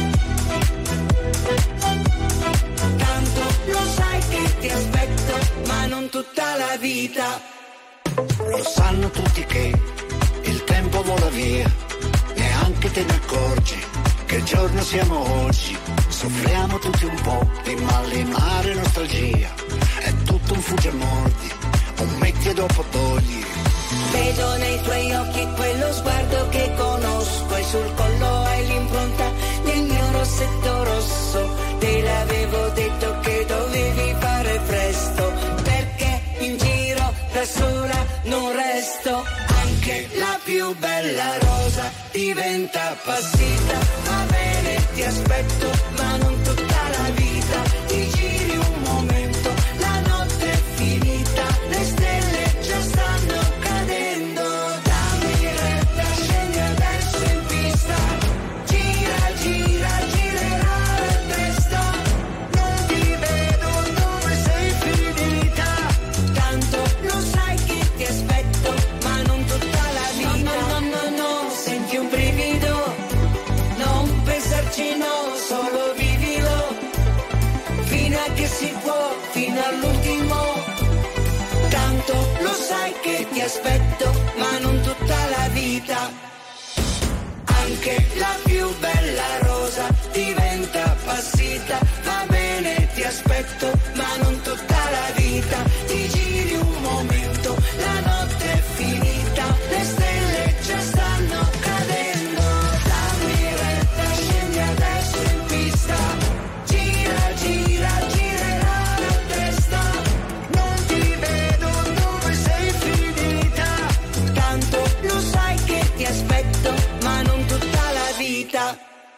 Tanto lo sai che ti aspetto, ma non tutta la vita. Lo sanno tutti che il tempo vola via, neanche te ne accorgi che giorno siamo oggi. Soffriamo tutti un po' di malinare nostalgia, è tutto un fugge mordi, un metti e dopo togli. Vedo nei tuoi occhi quello sguardo che conosco e sul collo hai l'impronta del mio rossetto rosso. Te l'avevo detto che dovevi fare presto, perché in giro da sola non resto. Anche la più bella rosa diventa appassita. Va bene, ti aspetto, ma non tutta la vita. Ti giri un momento, la notte è finita. Le stelle già stanno cadendo. Dammi retta, scendi adesso in pista. Gira, gira, girerà la testa. Non ti vedo dove sei finita. Tanto lo sai che ti aspetto, ma non tutta la vita. No, no, no, no, senti un brivido. Non pensarci, no, solo vivilo. Fino a che si può, fino all'ultimo. Tanto lo sai che ti aspetto, ma non tutta la vita. Anche la più bella rosa diventa appassita. Va bene, ti aspetto, ma non tutta la vita. Ti giri un momento, la notte è finita. Le stelle già stanno cadendo. Dammi retta, scendi adesso in pista. Gira, gira, girerà la testa. Non ti vedo dove sei finita. Tanto lo sai che ti aspetto, ma non tutta la vita.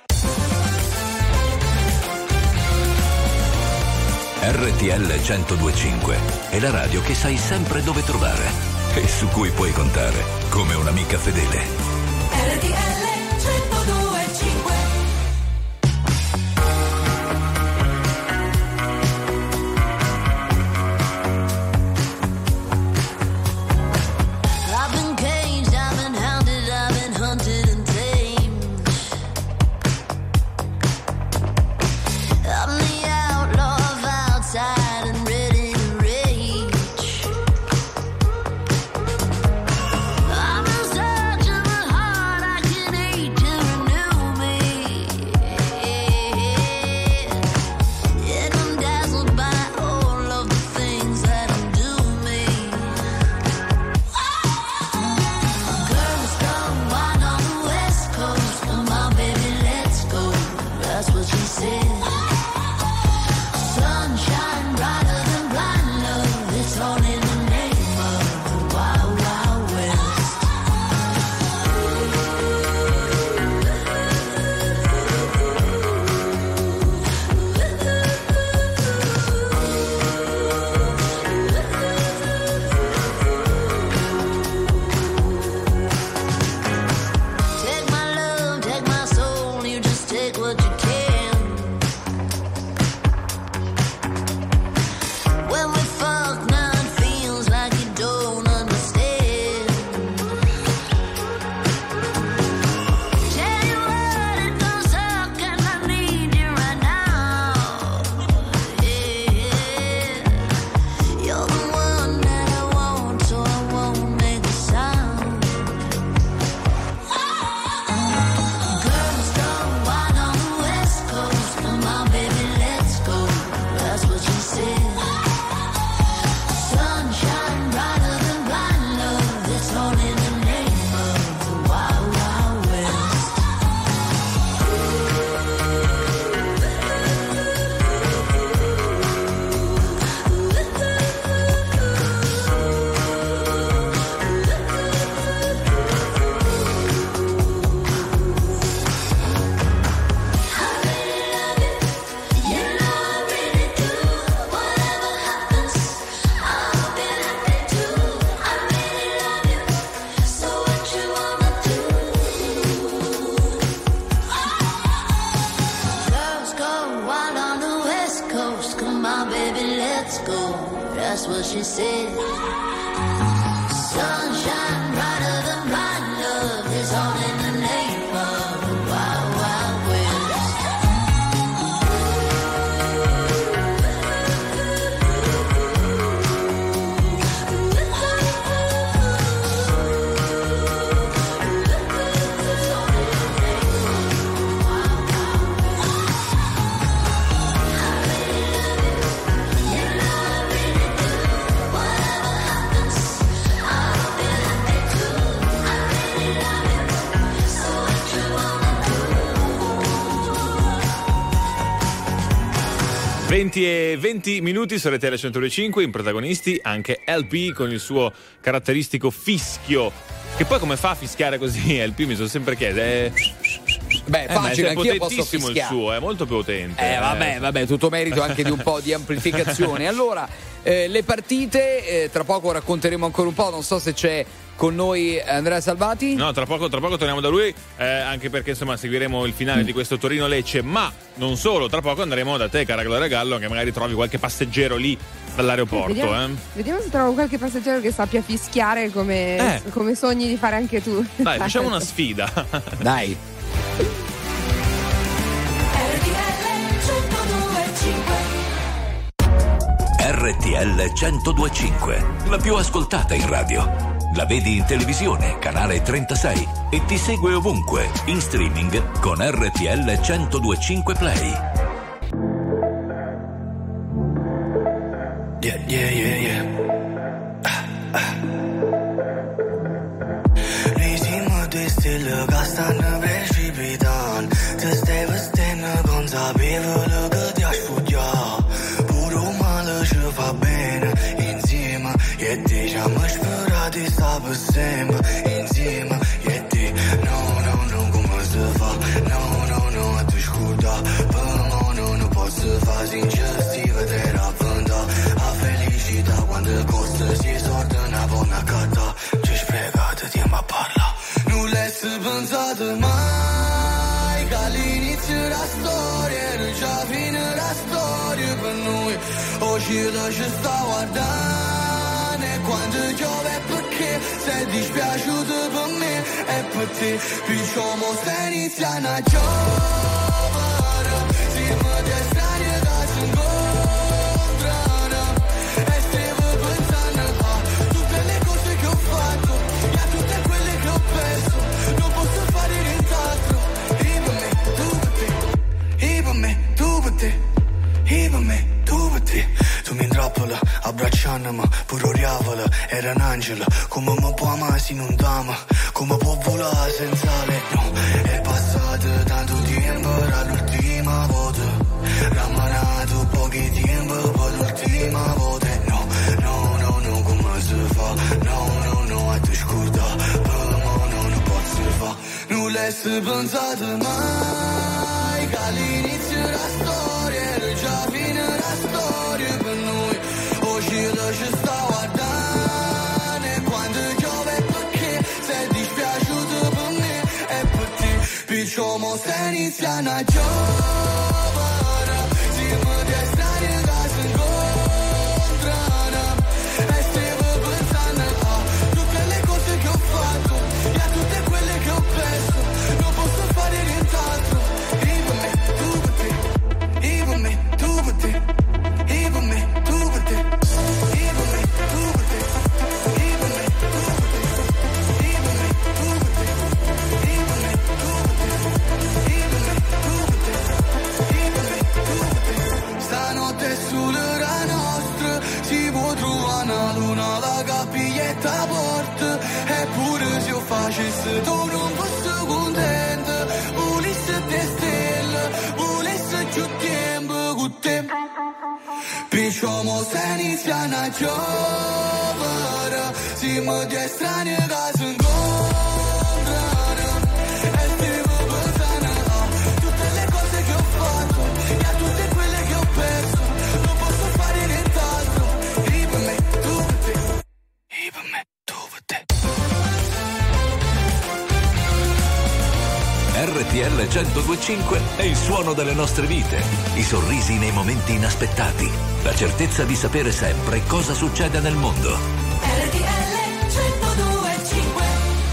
R T L centodue e cinque è la radio che sai sempre dove trovare e su cui puoi contare come un'amica fedele. R T L centodue e cinque. I've been caged, I've been hounded, I've been hunted and tamed. I'm the outlaw of outside and ready to rage. I've been searching but hard, I can't that's what she said. Sunshine brighter than my love is all in the name of the wild, wild west. venti e venti minuti su R T L centodue e cinque, in protagonisti anche L P con il suo caratteristico fischio. Che poi come fa a fischiare così L P? Mi sono sempre chiesto. È... Beh, eh, facile, è anch'io posso potentissimo il fischiare. suo, è molto potente. Eh, vabbè, vabbè, tutto merito anche di un po' di amplificazione. Allora, eh, le partite, eh, tra poco racconteremo ancora un po', non so se c'è con noi Andrea Salvati. No, tra poco, tra poco torniamo da lui, eh, anche perché insomma seguiremo il finale mm. di questo Torino-Lecce, ma non solo, tra poco andremo da te, cara Gloria Gallo, che magari trovi qualche passeggero lì dall'aeroporto. Eh, vediamo, eh. vediamo se trovo qualche passeggero che sappia fischiare come, Eh. come sogni di fare anche tu. Dai, facciamo una sfida. Dai. R T L centodue e cinque, la più ascoltata in radio. La vedi in televisione, canale trentasei, e ti segue ovunque, in streaming con R T L centodue e cinque Play. Yeah, yeah, yeah, yeah. Ah, ah. Risimo due stelle che stanno precipitando. Ti stai vestendo consapevole che ti hai sfuggito. Pure un male ci fa bene insieme. E diciamo sperati sta per sempre insieme. E ti no, no, no, come si fa? No, no, no, a te scuda. Per mo no, non posso fare sincero, si vedere a venda. A felicità quando costa si sorda una buona cata. Ci spiegate, tempo a parla. Non l'hai pensato mai che all'inizio della storia era già fine la storia per noi. Oggi ci sta guardando e quando piove perché sei dispiaciuto per me e per te. Perciò mo stai iniziando a giovere, siamo dei strani che si incontrano e stavo pensando a tutte le cose che ho fatto e a tutte quelle che ho perso. Non posso fare nient'altro. E per me, tu per te. E per me, tu per te. E per me, tu per te. Tu mi intrappola, abbracciandomi, pure oriavola, era un angelo. Come mi può amare se non t'ama? Come può volare senza lei? No, è passato tanto tempo, era l'ultima volta. Rammanato pochi tempo, poi l'ultima volta. No, no, no, no, come si fa? No, no, no, a te scorda. Per mo no, non posso fa. Non l'hai pensato mai che all'inizio della storia era già fine la storia per noi. Oggi ci sta guardando e quando piove perché sei dispiaciuto per me e per te. Perciò mo stai iniziando a giovere, siamo dei strani che si incontrano e stavo pensando a tutte le cose che ho fatto e a tutte quelle che ho perso. Non posso fare nient'altro. E per me, tu per te. E per me, tu per te. E per me, tu per te. E per me, tu per te. E per me, tu per te. E per me, tu per te. E per me, tu per te. E per me, tu per te. E per me, tu per te. Stanotte sulla nostra si può trovare una luna la capiglietta a porta. Eppure se io facessi tu non fossi contento. Volesse te stelle, volesse più tempo con te. Perciò mo stai iniziando a giovere, siamo dei strani che si incontrano e stavo pensando a tutte le cose che ho fatto e a tutte quelle che ho perso. Non posso fare nient'altro. E per me, tu per te. E per me, tu per te. R T R T L centodue e cinque è il suono delle nostre vite, i sorrisi nei momenti inaspettati, la certezza di sapere sempre cosa succede nel mondo. R T L centodue e cinque.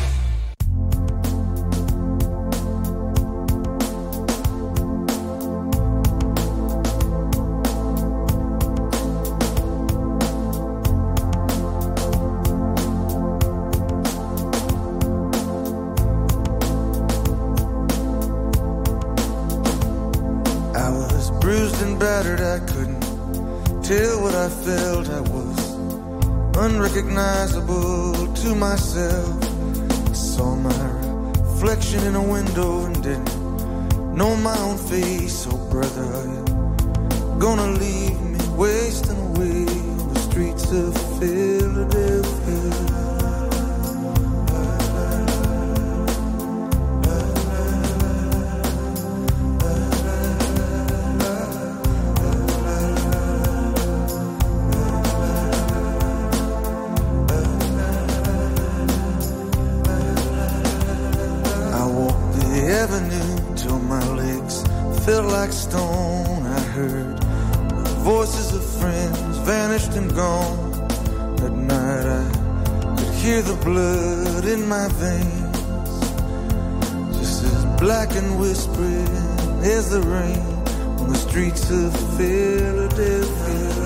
Battered, I couldn't tell what I felt. I was unrecognizable to myself. I saw my reflection in a window and didn't know my own face. Oh brother, are you gonna leave me wasting away on the streets of Philadelphia? Felt like stone. I heard the voices of friends vanished and gone. At night I could hear the blood in my veins, just as black and whispering as the rain on the streets of Philadelphia.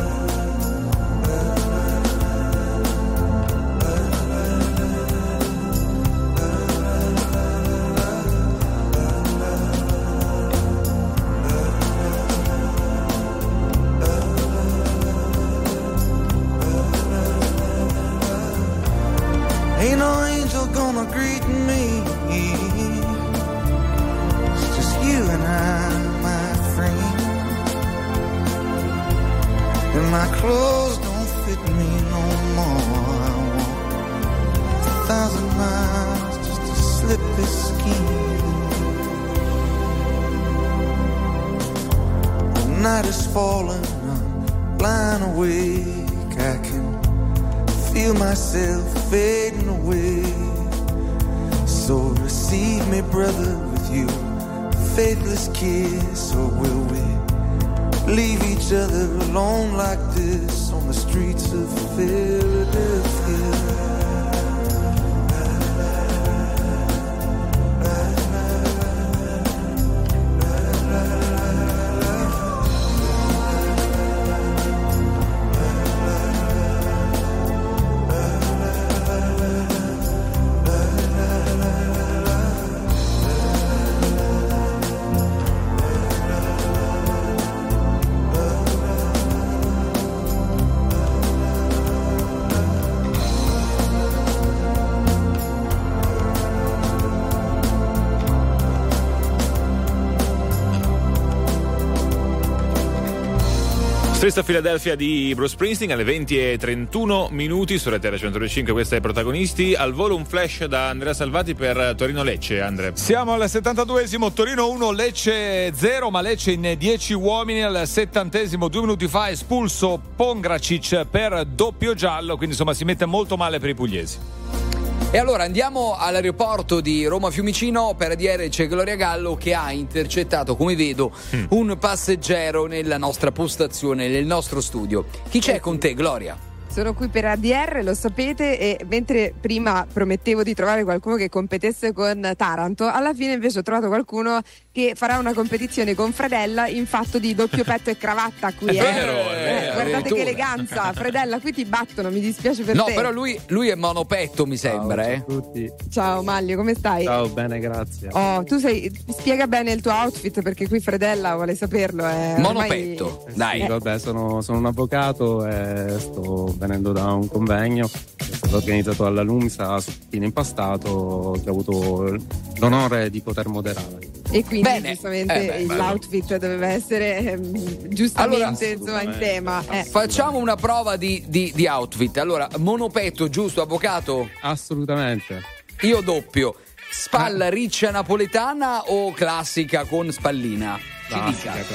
Ain't no angel gonna greet me. It's just you and I, my friend. And my clothes don't fit me no more. I walk a thousand miles just to slip this skin. The night is falling, I'm blind awake. I can feel myself fading away. So receive me, brother, with you faithless kiss. Or will we leave each other alone like this on the streets of Philadelphia? Questa Philadelphia di Bruce Springsteen alle venti e trentuno minuti su R T L centodue e cinque. Questa è Protagonisti. Al volo un flash da Andrea Salvati per Torino Lecce. Andre, siamo al settantaduesimo, Torino uno Lecce zero, ma Lecce in dieci uomini. Al settantesimo, due minuti fa, espulso Pongracic per doppio giallo, quindi insomma si mette molto male per i pugliesi. E allora andiamo all'aeroporto di Roma Fiumicino. Per A D R c'è Gloria Gallo che ha intercettato, come vedo, mm. un passeggero nella nostra postazione, nel nostro studio. Chi c'è con te, Gloria? Sono qui per A D R, lo sapete, e mentre prima promettevo di trovare qualcuno che competesse con Taranto, alla fine invece ho trovato qualcuno che farà una competizione con Fredella in fatto di doppio petto e cravatta qui. È eh. vero, è eh, vero, guardate che eleganza, Fredella, qui ti battono, mi dispiace per no, te. No, però lui, lui è monopetto, mi sembra. Ciao, eh. a tutti. Ciao Maglio, come stai? Ciao, bene, grazie. Oh, tu sei, spiega bene il tuo outfit perché qui Fredella vuole saperlo. È monopetto, ormai... dai. Sì, vabbè, sono, sono un avvocato e sto venendo da un convegno che è stato organizzato alla Lumsa su Pino Impastato, che ho avuto l'onore di poter moderare. E quindi Bene. giustamente eh beh, l'outfit doveva essere ehm, giustamente allora, insomma, in tema. Eh. Facciamo una prova di, di, di outfit. Allora, monopetto, giusto, avvocato? Assolutamente. Io doppio. Spalla riccia napoletana o classica con spallina? Ci Classica, dica. classica.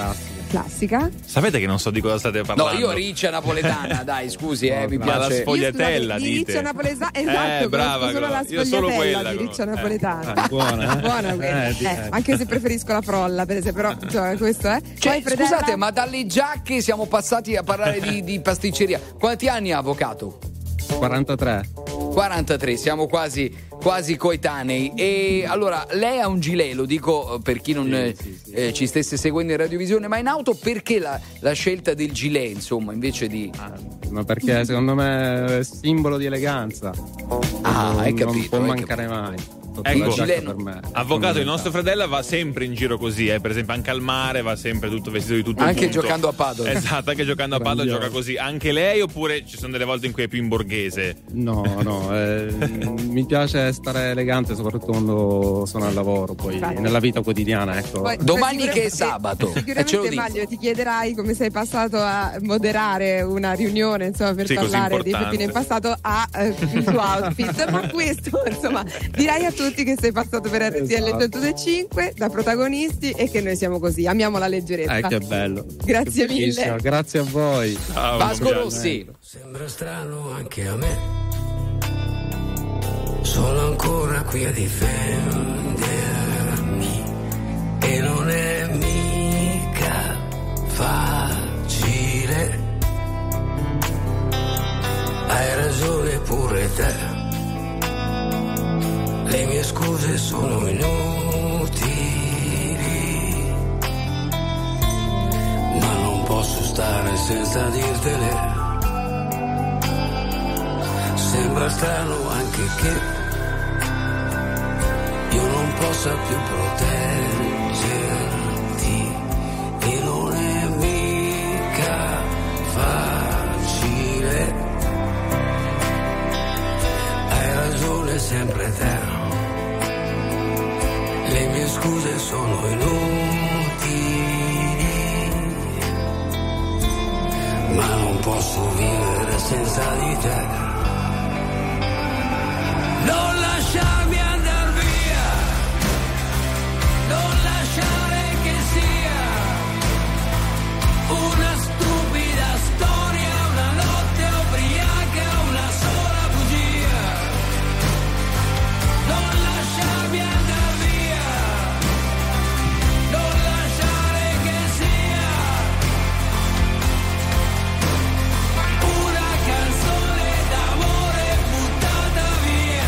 classica. Sapete che non so di cosa state parlando? No, io riccia napoletana, dai, scusi, eh, mi ma piace. la sfogliatella, Io, scusate, di dite. riccia napoletana, esatto, Eh, brava, conosco solo la io solo sfogliatella quella di riccia conosco. napoletana. Eh, buona, eh? Buona quella. Eh, di- Eh, anche se preferisco la frolla, per esempio, però cioè, questo è. Cioè, Poi, Fredella- scusate, ma dalle giacche siamo passati a parlare di, di pasticceria. Quanti anni ha, avvocato? quarantatré. quarantatré, siamo quasi, quasi coetanei. E allora, lei ha un gilet, lo dico per chi non Sì, sì, sì. eh, ci stesse seguendo in radiovisione, ma in auto perché la, la scelta del gilet, insomma, invece di... Ah, ma perché secondo me è simbolo di eleganza. Ah, non, hai non capito, può hai mancare mai. Sotto Ecco, la giacca gilet per no- me. Avvocato, il nostro Fredella va sempre in giro così, eh. Per esempio anche al mare va sempre tutto vestito di tutto Anche punto. giocando a paddle. Esatto, anche giocando a paddle Grandioso. gioca così. Anche lei, oppure ci sono delle volte in cui è più in borghese? No, no, eh, mi piace stare elegante soprattutto quando sono al lavoro, poi Infatti. nella vita quotidiana, ecco. Poi- Domani poi che è sicuramente- sabato, e ce lo Sicuramente dico. Maglio ti chiederai come sei passato a moderare una riunione, insomma, per Sì, così parlare di importante. Peppino in passato a eh, il tuo outfit. Ma questo, insomma, dirai a tutti che sei passato per R T L Esatto. centodue e cinque da protagonisti e che noi siamo così, amiamo la leggerezza. Eh, che bello. Grazie Che bellissimo, mille. Grazie a voi. Ciao, Vasco Gianni. Rossi. Sembra strano anche a me. Sono ancora qui a difendermi e non è mica facile. Hai ragione pure te. Le mie scuse sono inutili, ma non posso stare senza dirtele. Sembra strano anche che io non possa più proteggerti e non è mica facile. Hai ragione sempre te. Le mie scuse sono inutili, ma non posso vivere senza di te. Non lasciarmi andar via, non lasciare che sia una stupida storia, una notte ubriaca, una sola bugia. Non lasciarmi andar via, non lasciare che sia una canzone d'amore buttata via.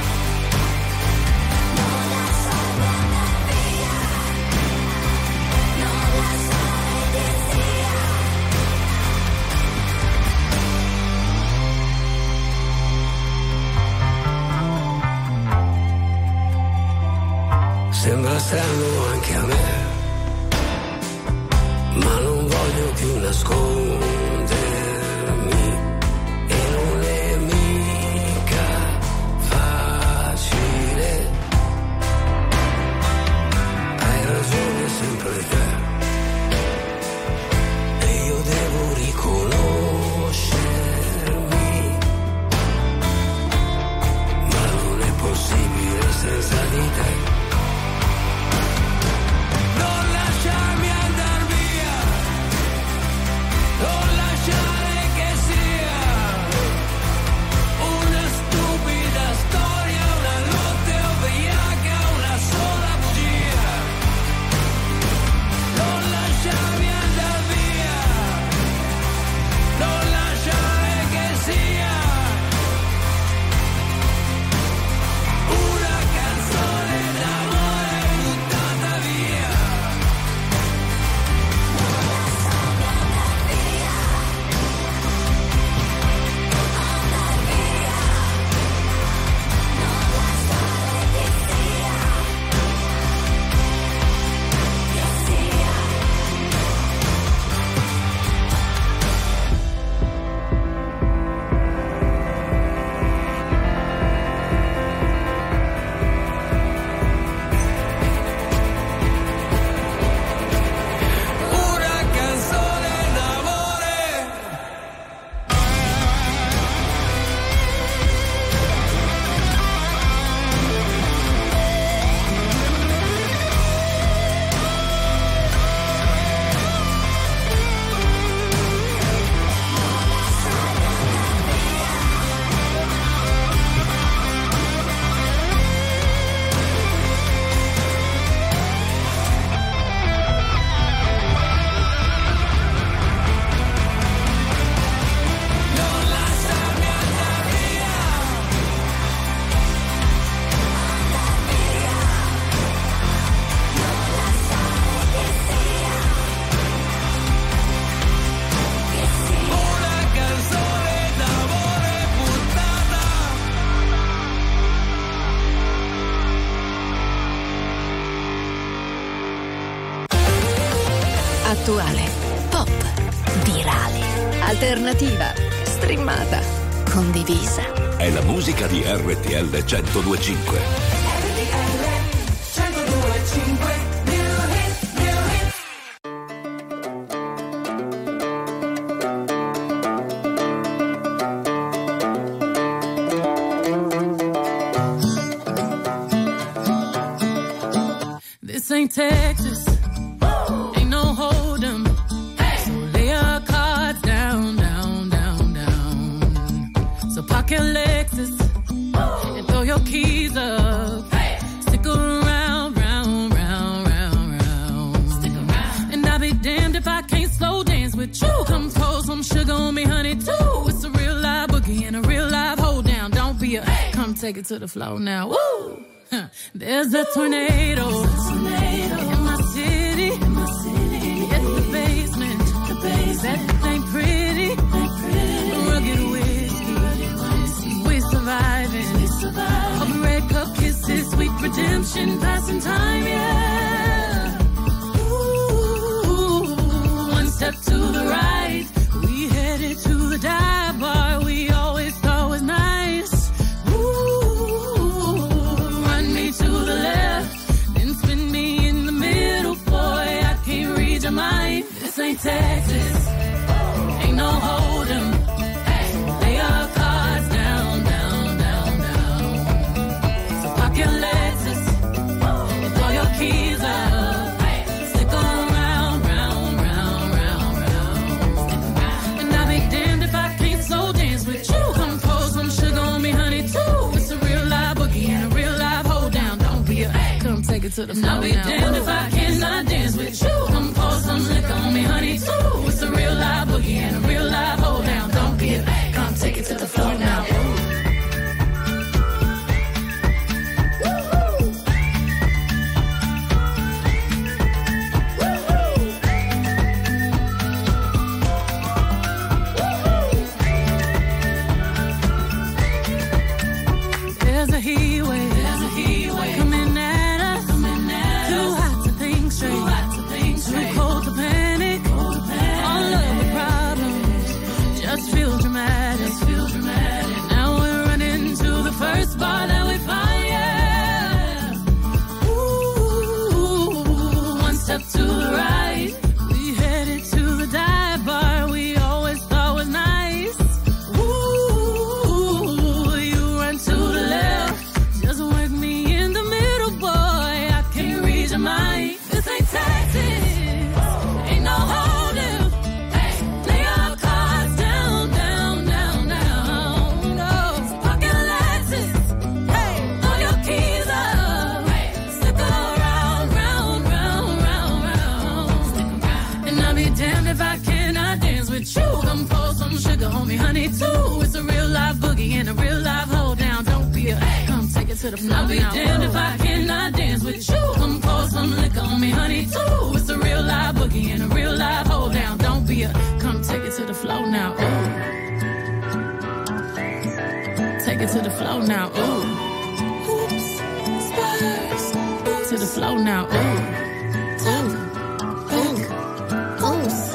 Sembra strano anche a me, ma non voglio più nascondermi e non è mica facile. Hai ragione sempre te e io devo riconoscermi, ma non è possibile senza di te. Non lasciarmi andar via, non lasciare che sia una stupida storia, una notte ubriaca, una sola bugia. Non lasciarmi andar via, non lasciare che sia una canzone attuale, pop, virale, alternativa, streamata, condivisa. È la musica di R T L centodue e cinque. R T L centodue e cinque. This ain't Texas, ain't no hold'em. So lay your cards down, down, down, down. So park your Lexus and throw your keys up. Stick around, round, round, round, round. Stick around. And I'll be damned if I can't slow dance with you. Come pour some sugar on me, honey, too. It's a real live boogie and a real live hold down. Don't be a, come take it to the floor now. Woo! Huh. There's a tornado, tornado in my city. In my city. It's the basement. The basement. That ain't pretty. Ain't pretty. Rugged whiskey. whiskey. We surviving. We surviving. All the red cup kisses, sweet redemption, passing time, yeah. Ooh, one step to the right, we headed to the dive bar we always thought was nice. To the left, then spin me in the middle, boy, I can't read your mind. This ain't Texas, ain't no hold'em. Lay your cards down, down, down, down. So park your Lexus and throw your keys up. Stick around, round, round, round, round. And I'll be damned if I can't slow dance with you. Come pour some sugar on me, honey, too. It's a real live boogie and a real live hold down. Don't be a, come take it to the floor. I'll be now. Damned if I cannot dance with you. Come pour some liquor on me, honey, too. It's a real live boogie and a real live hold down. Don't be a, come take it to the floor now. There's a heat wave, there's a heat wave coming at us, coming at too us. Hot to think straight, too hot to think straight, too cold to panic, cold to panic. All of the problems just feel dramatic, just feel dramatic. Now we're running to the first bar that we find, yeah. Ooh, one step to the right, we headed to the dive bar we always thought was nice. Ooh, you run to the left, just work me in the middle, boy, I can't read your mind. This ain't Texas, ain't no hold'em. Lay your cards down, down, down, down. No, park your Lexus, hey, throw your keys up. Stick around, round, round, round, round. Stick around. And I'll be damned if I cannot dance with you. Come pour some sugar on me, honey, too. It's a real live boogie and a real live hold down. Don't be a, come take it to the floor. I'll be now. Damned if I cannot dance with you. Come pour some liquor on me, honey, too. It's a real live boogie and a real live hold down. Don't be a, come take it to the floor now. Ooh. Take it to the floor now. Ooh. Oops, Spurs. To the floor now. Ooh. Ooh. Ooh. Oops.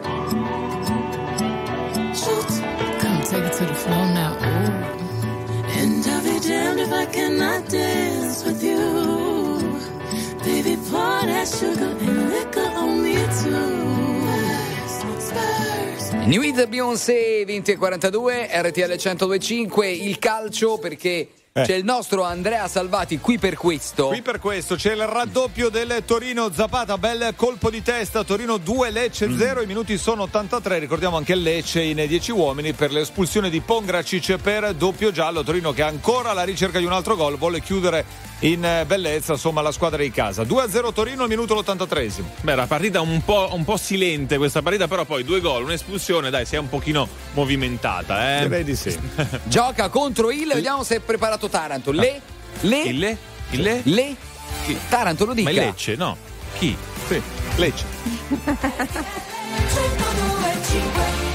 Shoot. Come take it to the floor now. Ooh. And I'll be damned if I cannot dance with you. Baby, pour that sugar and liquor on me too. Spurs. New Hit Beyoncé venti e quarantadue, R T L centodue e cinque, il calcio perché Eh. c'è il nostro Andrea Salvati qui per questo. Qui per questo c'è il raddoppio del Torino Zapata, bel colpo di testa, Torino due Lecce zero, mm. I minuti sono ottantatré, ricordiamo anche Lecce in dieci uomini per l'espulsione di Pongracic per doppio giallo, Torino che è ancora alla ricerca di un altro gol, vuole chiudere in bellezza insomma la squadra di casa. Due a zero Torino al minuto l'ottantatreesimo. Beh, la partita un po', un po' silente questa partita, però poi due gol, un'espulsione, dai, si è un pochino movimentata, eh. Direi di sì. Gioca contro il, vediamo se è preparato Taranto. Le le Il le? Il le? le Chi? Taranto lo dica. Ma il Lecce, no. Chi? Sì, Lecce.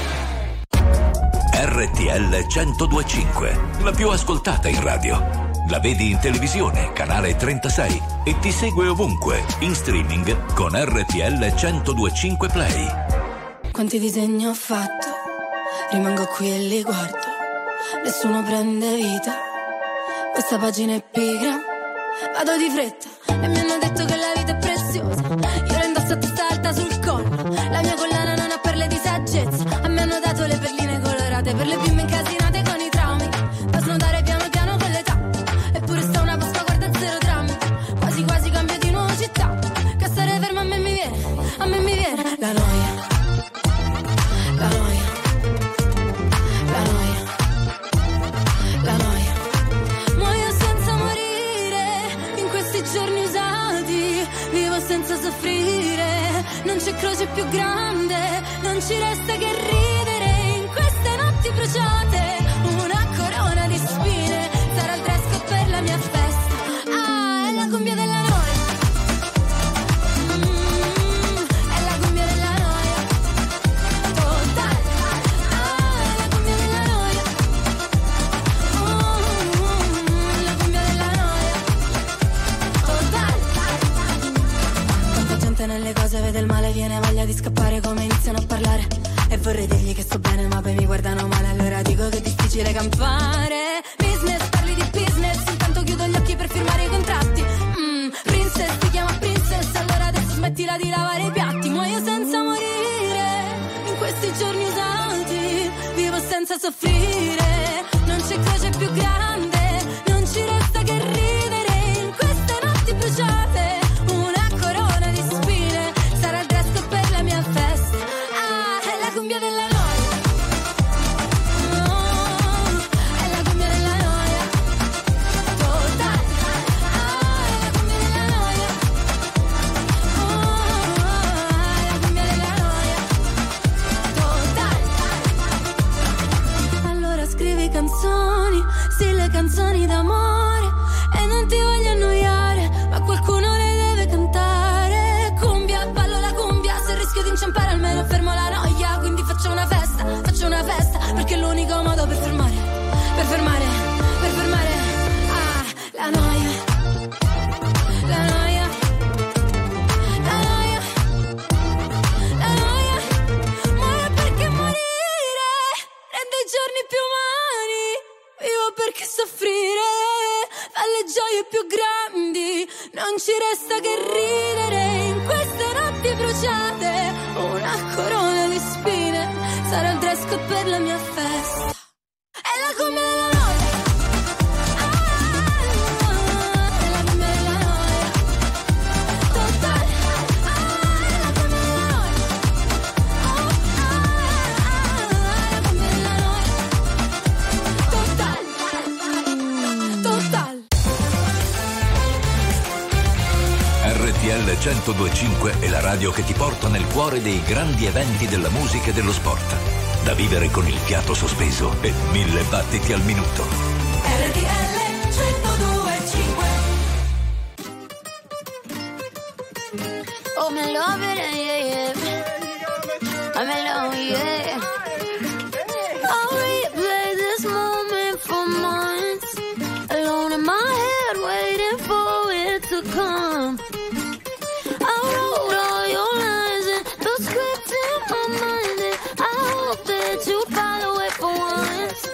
R T L centodue e cinque, la più ascoltata in radio. La vedi in televisione, canale trentasei, e ti segue ovunque, in streaming con R T L centodue e cinque Play. Quanti disegni ho fatto, rimango qui e li guardo, nessuno prende vita, questa pagina è pigra, vado di fretta e mi hanno detto che la vita è preziosa, io la indosso a testa alta sul collo, la mia collana non ha perle di saggezza, a me hanno dato le perline colorate per le bimbe incasinate con i traumi, da snodare piano piano con l'età, eppure sta una Pasqua guarda zero drammi, quasi quasi cambio di nuovo città, che stare ferma a me mi viene, a me mi viene la noia. La noia, la noia, la noia. Muoio senza morire in questi giorni usati, vivo senza soffrire, non c'è croce più grande, non ci resta che ridere in queste notti bruciate, una corona di spine, sarà il dress code per la mia festa, ah, è la cumbia della noia. Nelle cose vede il male, viene voglia di scappare come iniziano a parlare, e vorrei dirgli che sto bene ma poi mi guardano male, allora dico che è difficile campare. Business, parli di business, intanto chiudo gli occhi per firmare i contratti. mm, Princess, ti chiama princess, allora adesso smettila di lavare i piatti. Muoio senza morire in questi giorni usati, vivo senza soffrire, non c'è croce più grande, non ci resta che ridere in queste notti bruciate, cumbia della noia, oh, è la cumbia della noia, totale, ah, è la cumbia della noia, oh, è la cumbia della noia, totale. Allora scrivi canzoni, sì le canzoni d'amore, e non ti voglio annoiare, ma qualcuno le deve cantare. Cumbia, ballo la cumbia, se rischio di inciampare almeno fermo la noia, quindi faccio una festa, faccio una festa, perché è l'unico modo per fermare, per fermare, per fermare, ah, la noia, la noia, la noia, la noia, muore perché morire rende i giorni più umani, vivo perché soffrire fa le gioie più grandi, non ci resta che ridere in queste notti bruciate, una corona di spine, sarà il dress code per la mia festa, è la cumbia della noia, ah, è la cumbia della noia, totale, ah, è la cumbia della noia, oh, ah, è la cumbia della noia, totale, totale. R T L centodue e cinque è la radio che ti porta nel cuore dei grandi eventi della musica e dello sport. Da vivere con il fiato sospeso e mille battiti al minuto. R T L centodue e cinque. Oh, me love it, yeah, yeah. I'm in love, yeah. I'll replay this moment for months, alone in my head, waiting for it to come. I wrote all your lines and the script in my mind, and I hope that you follow it for once.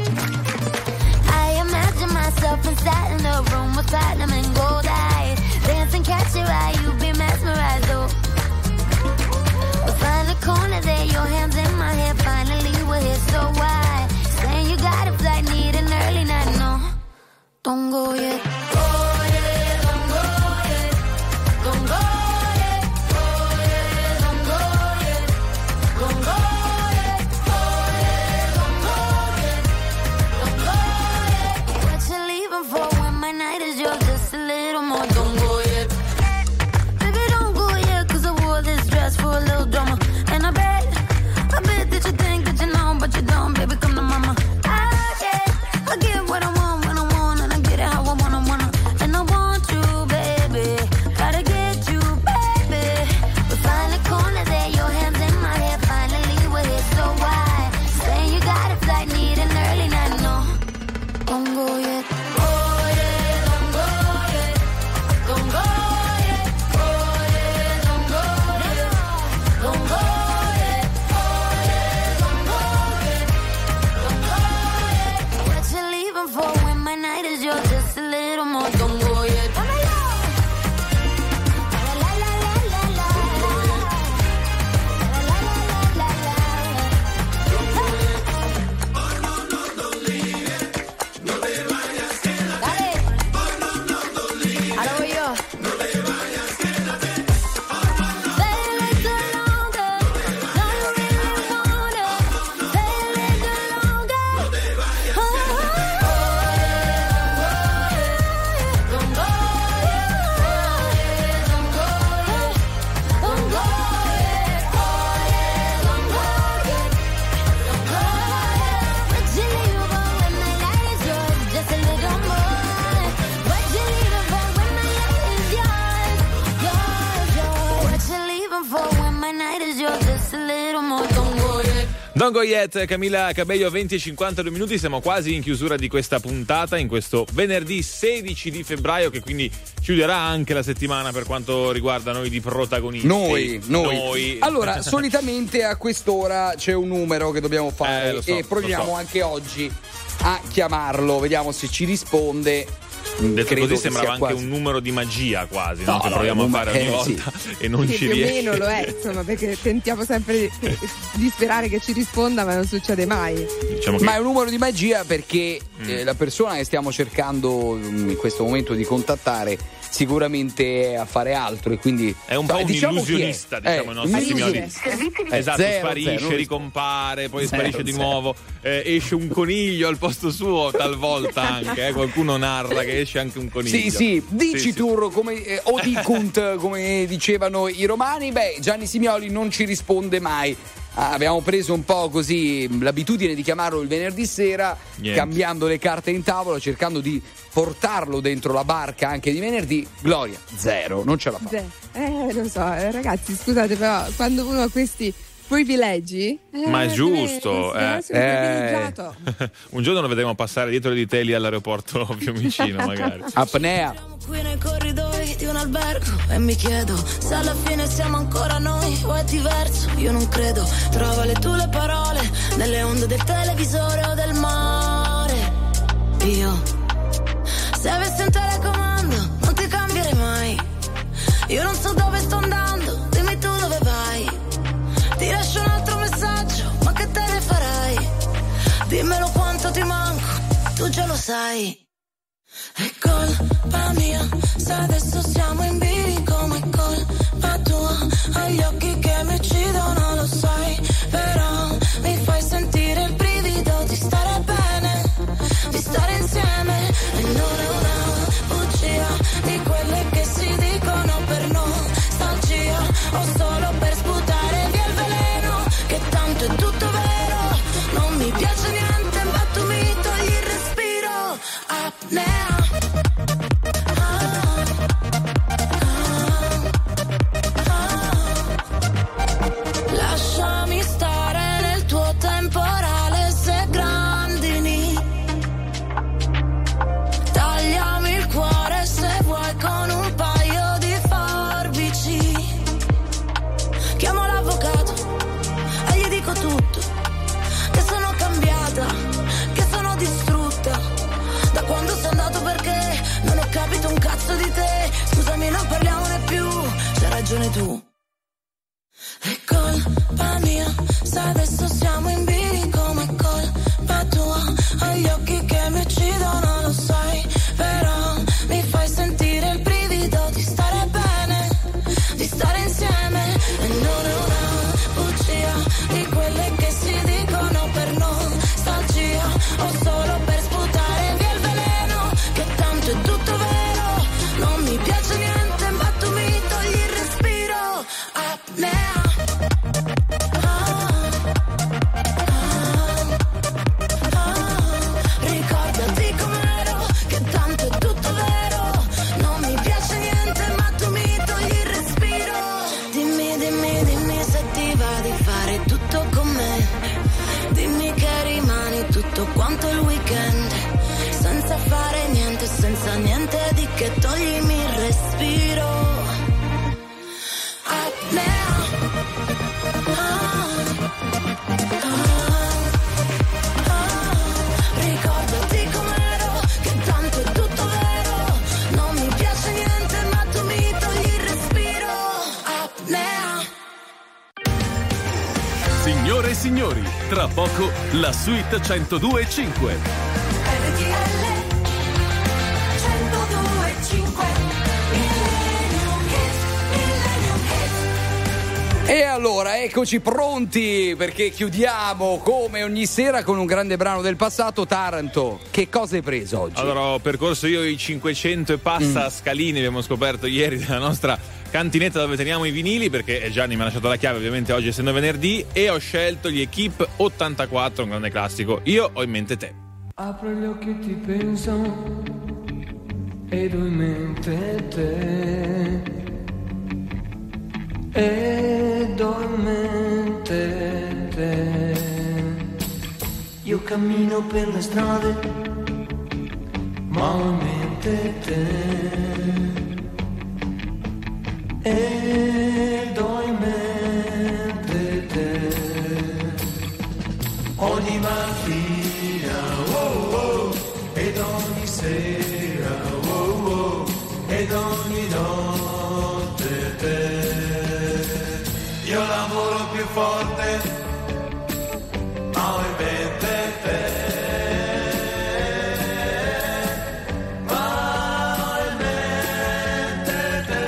I imagine myself inside in the room with platinum and gold eyes, dancing, catch your eye, you be mesmerized, oh. We'll find a corner there, your hands in my hair, finally we're here, so why? Saying you got a flight, need an early night, no, don't go yet. Oh yeah, don't go yet, don't go yet, oh yeah, don't go yet, don't go yet, oh yeah, don't go yet, don't go yet. What you leaving for when my night is yours, just a little more, don't go yet. Baby, don't go yet, cause I wore this dress for a little drama, and I bet, I bet that you think that you know, but you don't, baby, come to mama. I get, I get what I want when I want, and I get it how I want, I want. Don Goyet, Camilla Cabello, venti e cinquantadue minuti, siamo quasi in chiusura di questa puntata, in questo venerdì sedici di febbraio, che quindi chiuderà anche la settimana per quanto riguarda noi di protagonisti. Noi, noi. noi. Allora, solitamente a quest'ora c'è un numero che dobbiamo fare Eh, lo so, e proviamo lo so. anche oggi a chiamarlo, vediamo se ci risponde. Detto Credo così che sembrava sia anche quasi. un numero di magia quasi, no? No, Che no, proviamo a un- fare ogni eh, volta sì. e non Sì, ci più o riesce. meno lo è, insomma, perché tentiamo sempre di, di sperare che ci risponda, ma non succede mai. Diciamo che Ma è un numero di magia perché Mm. eh, la persona che stiamo cercando mm, in questo momento di contattare sicuramente è a fare altro e quindi è un so, po' un diciamo chi è. illusionista, diciamo, Eh, i nostri signori. illusionista. Esatto, Eh, zero, sparisce, zero, non ricompare, poi zero, sparisce di zero. nuovo, eh, esce un coniglio al posto suo talvolta anche, eh, qualcuno narra che esce anche un coniglio. Sì, sì, dici Sì, sì. tu come, eh, o dicunt come dicevano i romani. Beh, Gianni Simioli non ci risponde mai. Ah, abbiamo preso un po' così l'abitudine di chiamarlo il venerdì sera, Niente. cambiando le carte in tavola, cercando di portarlo dentro la barca anche di venerdì. Gloria, zero, non ce la fa. Beh, eh, lo so, eh, ragazzi, scusate, però quando uno ha questi privilegi. eh, Ma è deve- giusto, deve eh. essere privilegiato. Un giorno lo vedremo passare dietro di teli all'aeroporto Fiumicino magari. Apnea. Qui nei corridoi di un albergo e mi chiedo se alla fine siamo ancora noi o è diverso, io non credo. Trova le tue le parole nelle onde del televisore o del mare. Io, se avessi un telecomando non ti cambierei mai. Io non so dove sto andando, dimmi tu dove vai. Ti lascio un altro messaggio, ma che te ne farai? Dimmelo quanto ti manco, tu già lo sai. È colpa mia, se adesso siamo in bilico, ma è colpa tua. Hai gli occhi che mi uccidono, lo sai. Però mi fai sentire il brivido di stare bene, di stare insieme. E non è una bugia di quelle che si dicono per nostalgia, o solo per sputare via il veleno, che tanto è tutto vero. Non mi piace niente, ma tu mi togli il respiro. Apnea. Lasciami stare nel tuo temporale se grandini. Tagliami il cuore se vuoi con un paio di forbici. Chiamo l'avvocato e gli dico tutto, che sono cambiata, che sono distrutta da quando sei andato, perché non ho capito un cazzo di te. Scusami, non parliamone più, c'hai ragione tu. È colpa mia, se adesso siamo in bilico, ma è colpa tua. Hai gli occhi che mi uccidono, lo sai. Però mi fai sentire il brivido di stare bene, di stare insieme. E non è una bugia di quelle che si dicono per nostalgia, o solo per sputare via il veleno, che tanto è tutto vero. Non mi piace niente, ma tu mi togli il respiro. Apnea. Ricordati com'ero, che tanto è tutto vero. Non mi piace niente, ma tu mi togli il respiro. Dimmi, dimmi, dimmi se ti va di fare tutto con me. Dimmi che rimani tutto quanto il weekend, senza fare niente, senza niente di che toglimi il respiro. Apnea. Ricordati com'ero, che tanto è tutto vero. Non mi piace niente, ma tu mi togli il respiro. Apnea. Signore e signori, tra poco la suite centodue e cinque. R T L centodue e cinque. Millennium Hits, Millennium Hits. E allora, eccoci pronti perché chiudiamo come ogni sera con un grande brano del passato. Taranto, che cosa hai preso oggi? Allora, ho percorso io i cinquecento e passa Mm. scalini, abbiamo scoperto ieri della nostra cantinetta dove teniamo i vinili, perché Gianni mi ha lasciato la chiave ovviamente oggi essendo venerdì, e ho scelto gli Equip ottantaquattro, un grande classico. Io ho in mente te. Apro gli occhi e ti penso ed ho in mente te. Ed ho in mente te. cammino per le strade, ma ho in mente te, ed ho in mente te. Ogni mattina, oh, oh, ed ogni sera, oh, oh, ed ogni notte te. Io lavoro più forte, ma ho in mente te. Ma ho in mente te.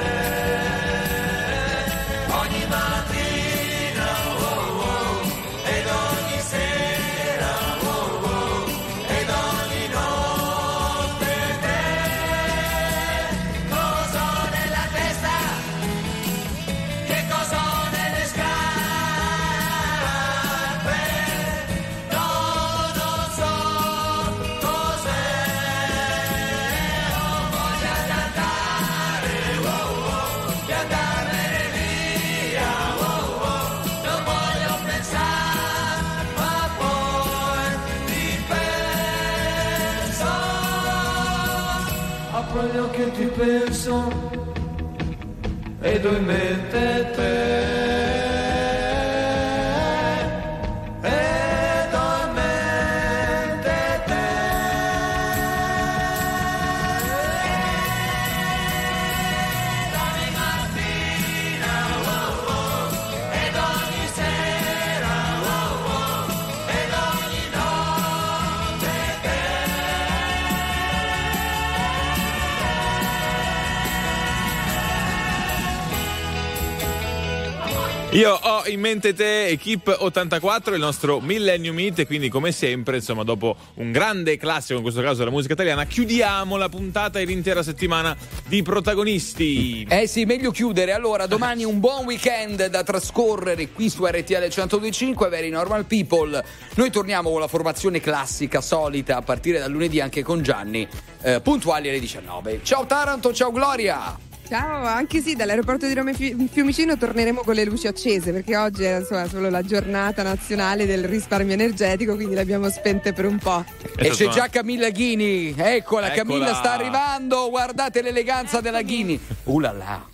Ogni mattina, oh, oh, ed ogni sera, oh, oh, ed ogni notte te. Cosa ho nella testa? Che cosa ho nelle scarpe? No, non so cos'è. Ho voglia di andare, oh, oh, di andarmene via, oh, oh. Non voglio pensare, ma poi ti penso. Apro gli occhi e ti penso, ed ho in mente te. Ed ho in mente te. Ogni mattina, oh, oh, ed ogni sera, oh, oh, ed ogni notte te. Io ho in mente te, Equipe ottantaquattro, il nostro Millennium Hit, e quindi come sempre, insomma, dopo un grande classico, in questo caso della musica italiana, chiudiamo la puntata e l'intera settimana di Protagonisti. Eh sì, meglio chiudere. Allora, domani un buon weekend da trascorrere qui su R T L centodue e cinque, Very Normal People. Noi torniamo con la formazione classica, solita, a partire dal lunedì anche con Gianni, eh, puntuali alle diciannove. Ciao Taranto, ciao Gloria! Ciao, anche sì, dall'aeroporto di Roma e Fi- Fiumicino torneremo con le luci accese, perché oggi è insomma, solo la giornata nazionale del risparmio energetico, quindi le abbiamo spente per un po'. E c'è già Camilla Ghini, eccola, Eccola. Camilla sta arrivando, guardate l'eleganza della Ghini. Uh là là.